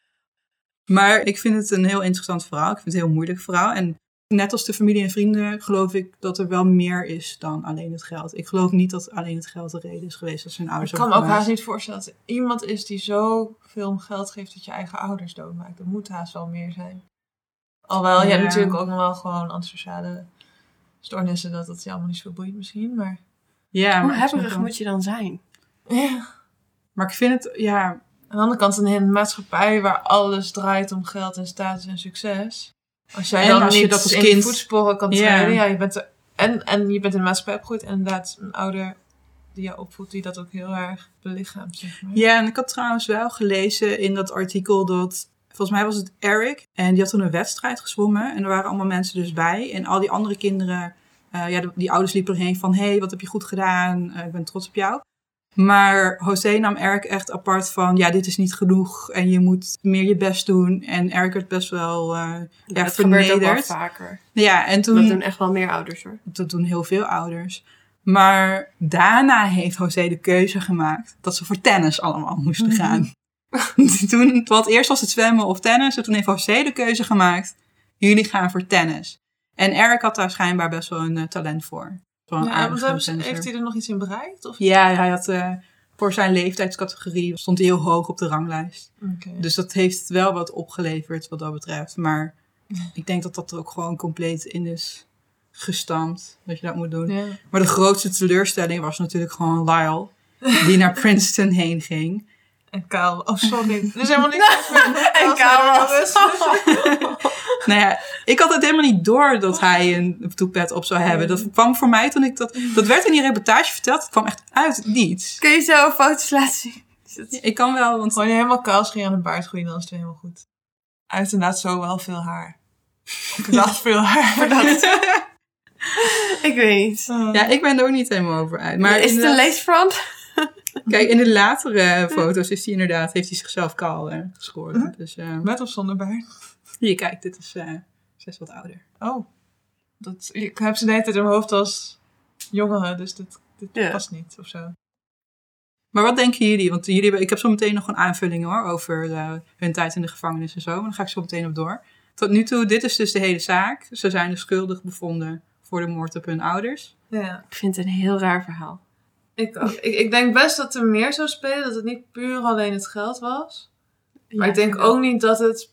Maar ik vind het een heel interessant verhaal. Ik vind het een heel moeilijk verhaal. En net als de familie en vrienden geloof ik dat er wel meer is dan alleen het geld. Ik geloof niet dat alleen het geld de reden is geweest dat zijn ouders... Ik kan me ook haast niet voorstellen dat er iemand is die zo veel geld geeft dat je eigen ouders doodmaakt. Er moet haast wel meer zijn. Alhoewel, je hebt natuurlijk ook nog wel gewoon antisociale stoornissen dat het je allemaal niet zo boeit misschien, maar... Ja, hoe hebberig moet je dan zijn? Ja. Maar ik vind het, Aan de andere kant, in een maatschappij waar alles draait om geld en status en succes. Als jij dan niet dat als in kind voetsporen kan treden, je bent er, en je bent in de maatschappij opgegroeid en inderdaad een ouder die je opvoedt, die dat ook heel erg belichaamt, zeg maar. Ja, en ik had trouwens wel gelezen in dat artikel dat... Volgens mij was het Eric. En die had toen een wedstrijd gezwommen. En er waren allemaal mensen dus bij. En al die andere kinderen... die ouders liepen erheen van... Hey, wat heb je goed gedaan? Ik ben trots op jou. Maar José nam Eric echt apart van... Ja, dit is niet genoeg. En je moet meer je best doen. En Eric werd best wel dat vernederd. Gebeurt ook wel vaker. Ja, en toen... Dat doen echt wel meer ouders, hoor. Dat doen heel veel ouders. Maar daarna heeft José de keuze gemaakt... dat ze voor tennis allemaal moesten gaan. Want eerst was het zwemmen of tennis. En toen heeft José de keuze gemaakt. Jullie gaan voor tennis. En Eric had daar schijnbaar best wel een talent voor. Heeft hij er nog iets in bereikt? Of? Ja, hij had voor zijn leeftijdscategorie stond hij heel hoog op de ranglijst. Okay. Dus dat heeft wel wat opgeleverd wat dat betreft. Maar ik denk dat dat er ook gewoon compleet in is gestampt. Dat je dat moet doen. Ja. Maar de grootste teleurstelling was natuurlijk gewoon Lyle. Die naar Princeton heen ging. En Kyle. Oh, sorry. Er is helemaal niks en Kyle. Nou ja, ik had het helemaal niet door dat hij een toepet op zou hebben. Dat kwam voor mij toen ik dat werd in die reportage verteld. Het kwam echt uit het niets. Kun je zo foto's laten zien? Ik kan wel, want... Gewoon helemaal kaal scheren aan de baard groeien, dan is het helemaal goed. Hij heeft inderdaad zo wel veel haar. Ik dacht veel haar. Ik weet niet. Ja, ik ben er ook niet helemaal over uit. Maar is het een lace-front? Kijk, in de latere foto's heeft hij zichzelf kaal geschoren. Dus, met of zonder baard? Hier, kijk, dit is 6 wat ouder. Oh. Ik heb ze de hele tijd in mijn hoofd als jongeren, dus dit past niet of zo. Maar wat denken jullie? Want ik heb zo meteen nog een aanvulling hoor, over hun tijd in de gevangenis en zo. Maar dan ga ik zo meteen op door. Tot nu toe, dit is dus de hele zaak. Ze zijn dus schuldig bevonden voor de moord op hun ouders. Ja. Ik vind het een heel raar verhaal. Ik ook. Ik denk best dat er meer zou spelen. Dat het niet puur alleen het geld was. Maar ik denk ook niet dat het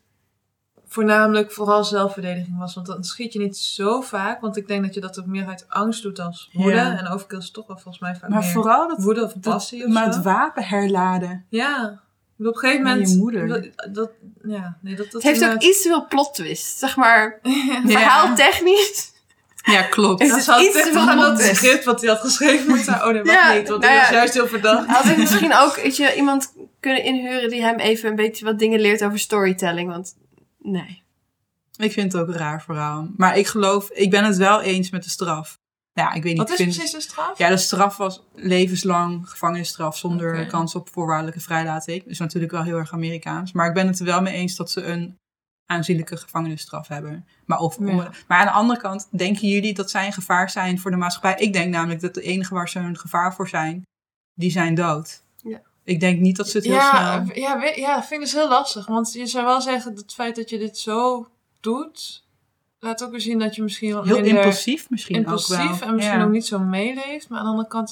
vooral zelfverdediging was. Want dan schiet je niet zo vaak. Want ik denk dat je dat ook meer uit angst doet als woede. Ja. En overkill is toch wel volgens mij vaak maar meer vooral dat, woede of passie of maar zo. het wapen herladen. Ja. Op een gegeven moment... je moeder. Dat het heeft ook iets te veel plot twist. Zeg maar, verhaaltechnisch. Ja, klopt. Het is iets te veel dat script wat hij had geschreven moeten houden. Niet, want hij was juist heel verdacht. Had ik misschien ook iemand kunnen inhuren die hem even een beetje wat dingen leert over storytelling. Want nee. Ik vind het ook een raar verhaal. Maar ik ben het wel eens met de straf. Ja, ik weet niet. Wat is precies de straf? Ja, de straf was levenslang gevangenisstraf zonder kans op voorwaardelijke vrijlating. Dat is natuurlijk wel heel erg Amerikaans. Maar ik ben het er wel mee eens dat ze een aanzienlijke gevangenisstraf hebben. Maar aan de andere kant, denken jullie dat zij een gevaar zijn voor de maatschappij? Ik denk namelijk dat de enige waar ze een gevaar voor zijn, die zijn dood. Ja. Ik denk niet dat ze het heel snel... Ja, dat vind ik dus heel lastig. Want je zou wel zeggen dat het feit dat je dit zo doet, laat ook weer zien dat je misschien wat heel minder... impulsief misschien ook wel. En misschien ook niet zo meeleeft. Maar aan de andere kant,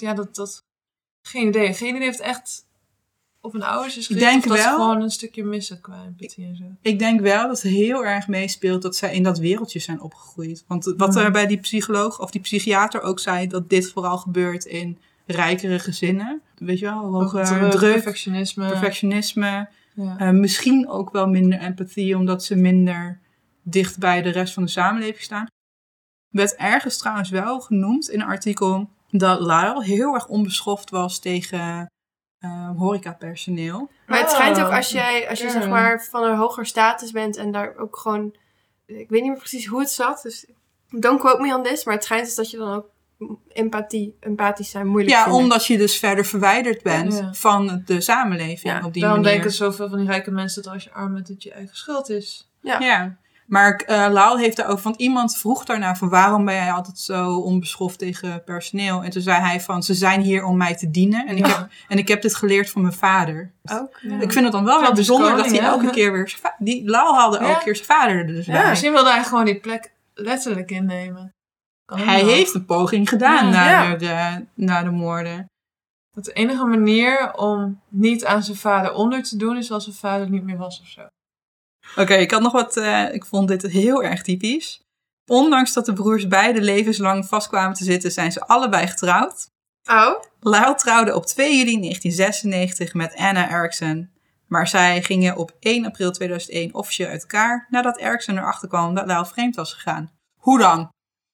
geen idee. Geen idee heeft echt op een ouders is gericht. Ik denk wel, gewoon een stukje missen qua empathie en zo. Ik denk wel dat het heel erg meespeelt dat zij in dat wereldje zijn opgegroeid. Want wat er bij die psycholoog of die psychiater ook zei, dat dit vooral gebeurt in rijkere gezinnen. Weet je wel, hoge druk, perfectionisme. Ja. Misschien ook wel minder empathie, omdat ze minder dicht bij de rest van de samenleving staan. Werd ergens trouwens wel genoemd in een artikel dat Lyle heel erg onbeschoft was tegen horecapersoneel. Maar het schijnt ook als je zeg maar van een hoger status bent en daar ook gewoon, ik weet niet meer precies hoe het zat, dus don't quote me on this, maar het schijnt dus dat je dan ook empathisch zijn moeilijk vindt. Ja, omdat je dus verder verwijderd bent van de samenleving op die daarom manier. Denken zoveel van die rijke mensen dat als je arm bent, dat je eigen schuld is. Ja. Maar Lau heeft daarover, want iemand vroeg daarna van waarom ben jij altijd zo onbeschoft tegen personeel? En toen zei hij van, ze zijn hier om mij te dienen. En ik heb dit geleerd van mijn vader. Ook, Ik vind het dan wel weer bijzonder dat hij elke keer weer... Lau haalde elke keer zijn vader er dus bij. Misschien wilde hij gewoon die plek letterlijk innemen. Hij heeft een poging gedaan na de moorden. Dat de enige manier om niet aan zijn vader onder te doen is als zijn vader niet meer was of zo. Oké, ik had nog wat... ik vond dit heel erg typisch. Ondanks dat de broers beide levenslang vastkwamen te zitten, zijn ze allebei getrouwd. Oh? Lyle trouwde op 2 juli 1996 met Anna Erickson. Maar zij gingen op 1 april 2001 officieel uit elkaar, nadat Erickson erachter kwam dat Lyle vreemd was gegaan. Hoe dan?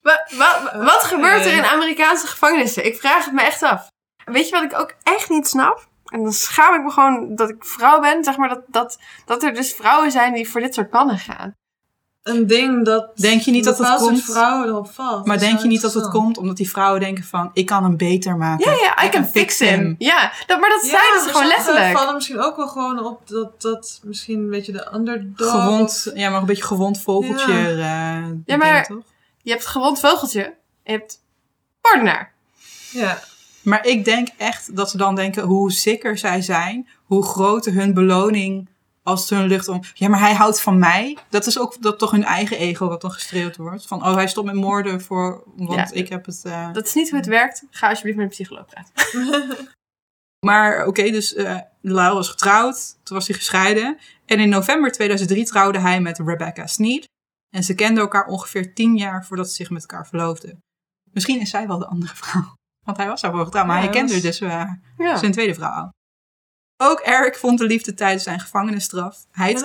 Wat gebeurt er in Amerikaanse gevangenissen? Ik vraag het me echt af. Weet je wat ik ook echt niet snap? En dan schaam ik me gewoon dat ik vrouw ben. Zeg maar dat er dus vrouwen zijn die voor dit soort mannen gaan. Een ding dat... Denk je niet dat het komt? Vrouwen erop valt. Maar denk je niet dat het komt omdat die vrouwen denken van, ik kan hem beter maken. Ja, I can fix him. Ja, maar dat zijn ze gewoon letterlijk. We vallen misschien ook wel gewoon op dat misschien een beetje de underdog. Maar een beetje gewond vogeltje. Maar toch? Je hebt gewond vogeltje. Je hebt moordenaar. Ja. Maar ik denk echt dat ze dan denken hoe sicker zij zijn. Hoe groter hun beloning als hun lucht om... Ja, maar hij houdt van mij. Dat is ook toch hun eigen ego wat dan gestreeld wordt. Van, hij stopt met moorden want ik heb het... Dat is niet hoe het werkt. Ga alsjeblieft met een psycholoog praten. Maar dus Lyle was getrouwd. Toen was hij gescheiden. En in november 2003 trouwde hij met Rebecca Sneed. En ze kenden elkaar ongeveer 10 jaar voordat ze zich met elkaar verloofden. Misschien is zij wel de andere vrouw. Want hij was daarvoor getrouwd, maar hij kende dus zijn tweede vrouw. Ook Eric vond de liefde tijdens zijn gevangenisstraf.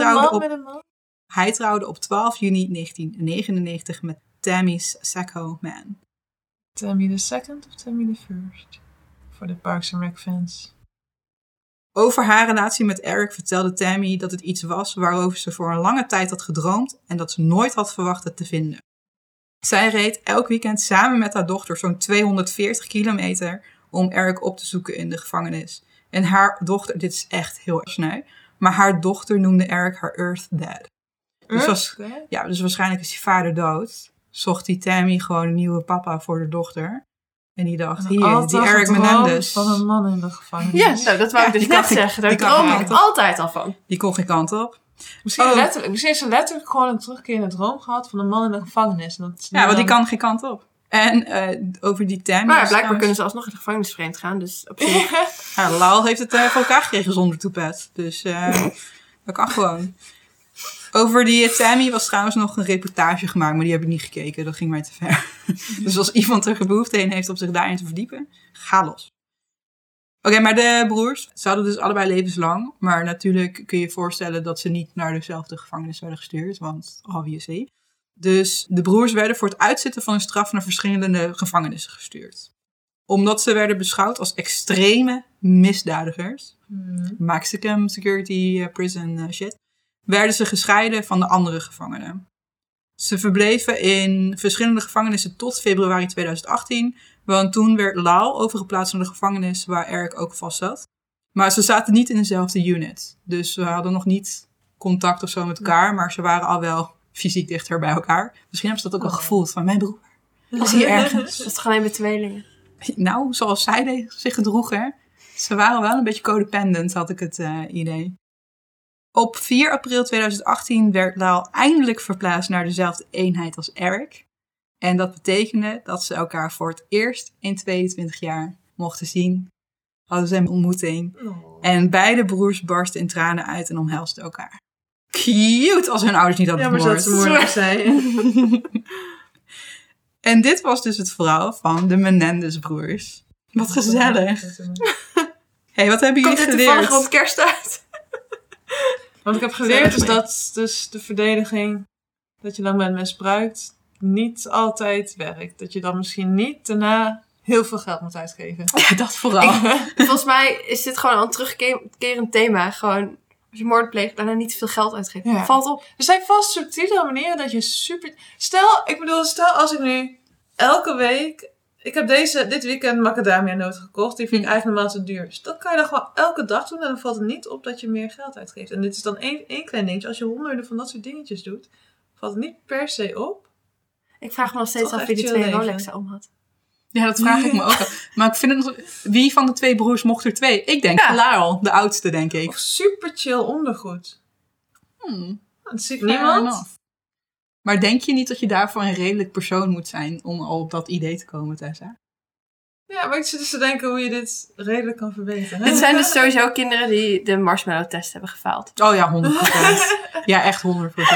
Hij trouwde op 12 juni 1999 met Tammy Sacco Man. Tammy the second of Tammy the first? Voor de Parks and Rec fans. Over haar relatie met Eric vertelde Tammy dat het iets was waarover ze voor een lange tijd had gedroomd en dat ze nooit had verwacht het te vinden. Zij reed elk weekend samen met haar dochter zo'n 240 kilometer om Eric op te zoeken in de gevangenis. En haar dochter, dit is echt heel erg sneu, maar haar dochter noemde Eric haar Earth Dad. Dus waarschijnlijk is die vader dood. Zocht die Tammy gewoon een nieuwe papa voor de dochter. En die dacht, En hier, altijd die Eric gedroomd Menendez. van een man in de gevangenis. Ja, nou, dat wou ik dus net zeggen. Daar droom ik altijd al van. Die kon geen kant op. Misschien is ze letterlijk gewoon een terugkeer in de droom gehad van een man in de gevangenis. En dat Ja, want die kan geen kant op. En over die Tammy... Maar blijkbaar kunnen ze alsnog in de gevangenis vreemd gaan. Dus op zich... Ja, Lal heeft het voor elkaar gekregen zonder toepet. Dus dat kan gewoon. Over die Tammy was trouwens nog een reportage gemaakt, maar die heb ik niet gekeken. Dat ging mij te ver. Dus als iemand er behoefte heen heeft om zich daarin te verdiepen, ga los. Oké, maar de broers, ze hadden dus allebei levenslang. Maar natuurlijk kun je je voorstellen dat ze niet naar dezelfde gevangenis werden gestuurd. Want obviously. Dus de broers werden voor het uitzitten van hun straf naar verschillende gevangenissen gestuurd. Omdat ze werden beschouwd als extreme misdadigers. Maximum security prison shit. Werden ze gescheiden van de andere gevangenen. Ze verbleven in verschillende gevangenissen tot februari 2018. Want toen werd Lal overgeplaatst naar de gevangenis waar Eric ook vast zat. Maar ze zaten niet in dezelfde unit. Dus ze hadden nog niet contact of zo met elkaar. Maar ze waren al wel fysiek dichter bij elkaar. Misschien hebben ze dat ook al gevoeld van mijn broer. Was hier ergens? Dat is toch alleen met tweelingen? Nou, zoals zij zich gedroegen. Ze waren wel een beetje codependent, had ik het idee. Op 4 april 2018 werd Lal eindelijk verplaatst naar dezelfde eenheid als Eric. En dat betekende dat ze elkaar voor het eerst in 22 jaar mochten zien. Hadden ze een ontmoeting. En beide broers barsten in tranen uit en omhelsten elkaar. Cute als hun ouders niet hadden vermoord. Ja, maar dat ze moeilijk zijn. En dit was dus het verhaal van de Menendez-broers. Wat gezellig. Hey, wat hebben jullie geleerd? Komt dit toevallig rond kerst uit? Wat ik heb geleerd is dat dus de verdediging dat je dan met misbruikt niet altijd werkt. Dat je dan misschien niet daarna heel veel geld moet uitgeven. Ja, dat vooral. Volgens mij is dit gewoon al een terugkerend thema. Gewoon, als je moord pleegt, daarna niet veel geld uitgeven. Ja. Valt op. Er zijn vast subtiele manieren dat je Stel als ik nu elke week... Ik heb dit weekend macadamia-noten gekocht. Die vind ik eigenlijk normaal te duur. Dus dat kan je dan gewoon elke dag doen. En dan valt het niet op dat je meer geld uitgeeft. En dit is dan één klein dingetje. Als je honderden van dat soort dingetjes doet, valt het niet per se op. Ik vraag me nog steeds af wie die 2 Rolexen om had. Ja, dat vraag ik me ook. Maar ik vind het... Wie van de 2 broers mocht er 2? Ik denk Lal, de oudste, denk ik. Of super chill ondergoed. Dat ziet niemand. Maar denk je niet dat je daarvoor een redelijk persoon moet zijn om al op dat idee te komen, Tessa? Ja, maar ik zit dus te denken hoe je dit redelijk kan verbeteren. Dit zijn dus sowieso kinderen die de marshmallow-test hebben gefaald. Oh ja, 100%. Ja, echt 100%.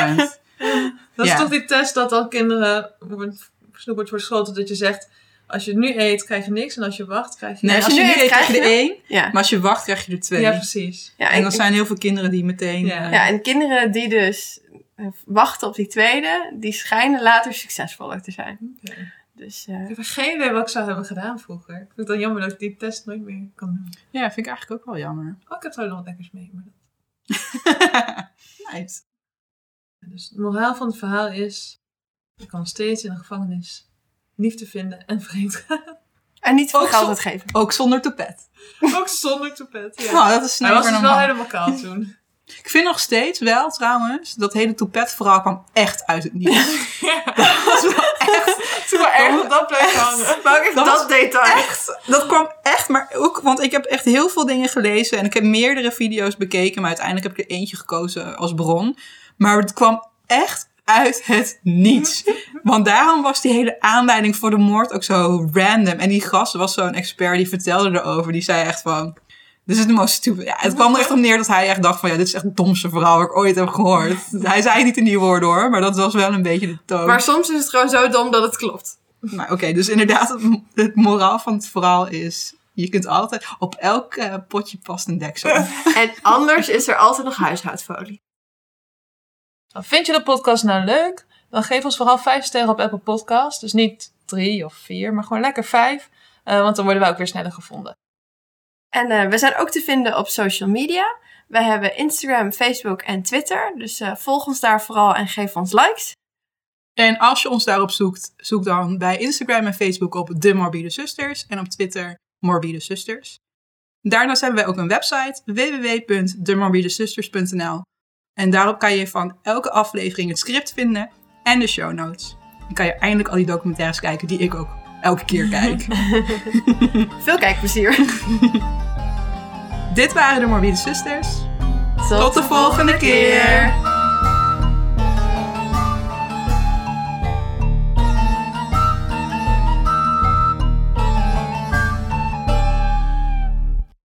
Dat is toch die test dat dan kinderen snoep wordt verschoten. Dat je zegt, als je nu eet, krijg je niks. En als je wacht, krijg je... Nee, als je nu eet, krijg je er 1. Ja. Maar als je wacht, krijg je er 2. Ja, precies. Ja, en dan zijn heel veel kinderen die meteen... Ja, en kinderen die dus wachten op die tweede, die schijnen later succesvoller te zijn. Okay. Dus, ik heb geen idee wat ik zou hebben gedaan vroeger. Ik vind het dan jammer dat ik die test nooit meer kan doen. Ja, vind ik eigenlijk ook wel jammer. Oh, ik heb trouwens nog wat lekkers mee. Maar Nice. Dus de moraal van het verhaal is, je kan nog steeds in de gevangenis liefde vinden en vreemd gaan. En niet veel geld uitgeven. Ook zonder toepet. Ook zonder toepet, ja. Nou, dat is hij was dus wel helemaal koud toen. Ik vind nog steeds wel trouwens, dat hele toepet-verhaal kwam echt uit het niets. Ja. Dat was wel echt... Toen wel erg op dat bleef hangen. Maar ook dat detail. Echt, dat kwam echt, maar ook, want ik heb echt heel veel dingen gelezen en ik heb meerdere video's bekeken, maar uiteindelijk heb ik er eentje gekozen als bron. Maar het kwam echt uit het niets. Want daarom was die hele aanleiding voor de moord ook zo random. En die gast was zo'n expert, die vertelde erover. Die zei echt van, this is the most stupid. Ja, het kwam er echt op neer dat hij echt dacht van, ja, dit is echt het domste verhaal waar ik ooit heb gehoord. Hij zei niet in die woorden hoor, maar dat was wel een beetje de toon. Maar soms is het gewoon zo dom dat het klopt. Nou, oké, dus inderdaad, het moraal van het verhaal is, je kunt altijd, op elk potje past een deksel. En anders is er altijd nog huishoudfolie. Vind je de podcast nou leuk? Dan geef ons vooral 5 sterren op Apple Podcasts. Dus niet 3 of 4, maar gewoon lekker 5. Want dan worden wij ook weer sneller gevonden. En we zijn ook te vinden op social media. We hebben Instagram, Facebook en Twitter. Dus volg ons daar vooral en geef ons likes. En als je ons daarop zoekt, zoek dan bij Instagram en Facebook op De Morbide Zusters. En op Twitter Morbide Zusters. Daarnaast hebben wij ook een website www.demorbidezusters.nl. En daarop kan je van elke aflevering het script vinden en de show notes. Dan kan je eindelijk al die documentaires kijken die ik ook elke keer kijk. Veel kijkplezier. Dit waren de Morbide Zusters. Tot de volgende keer.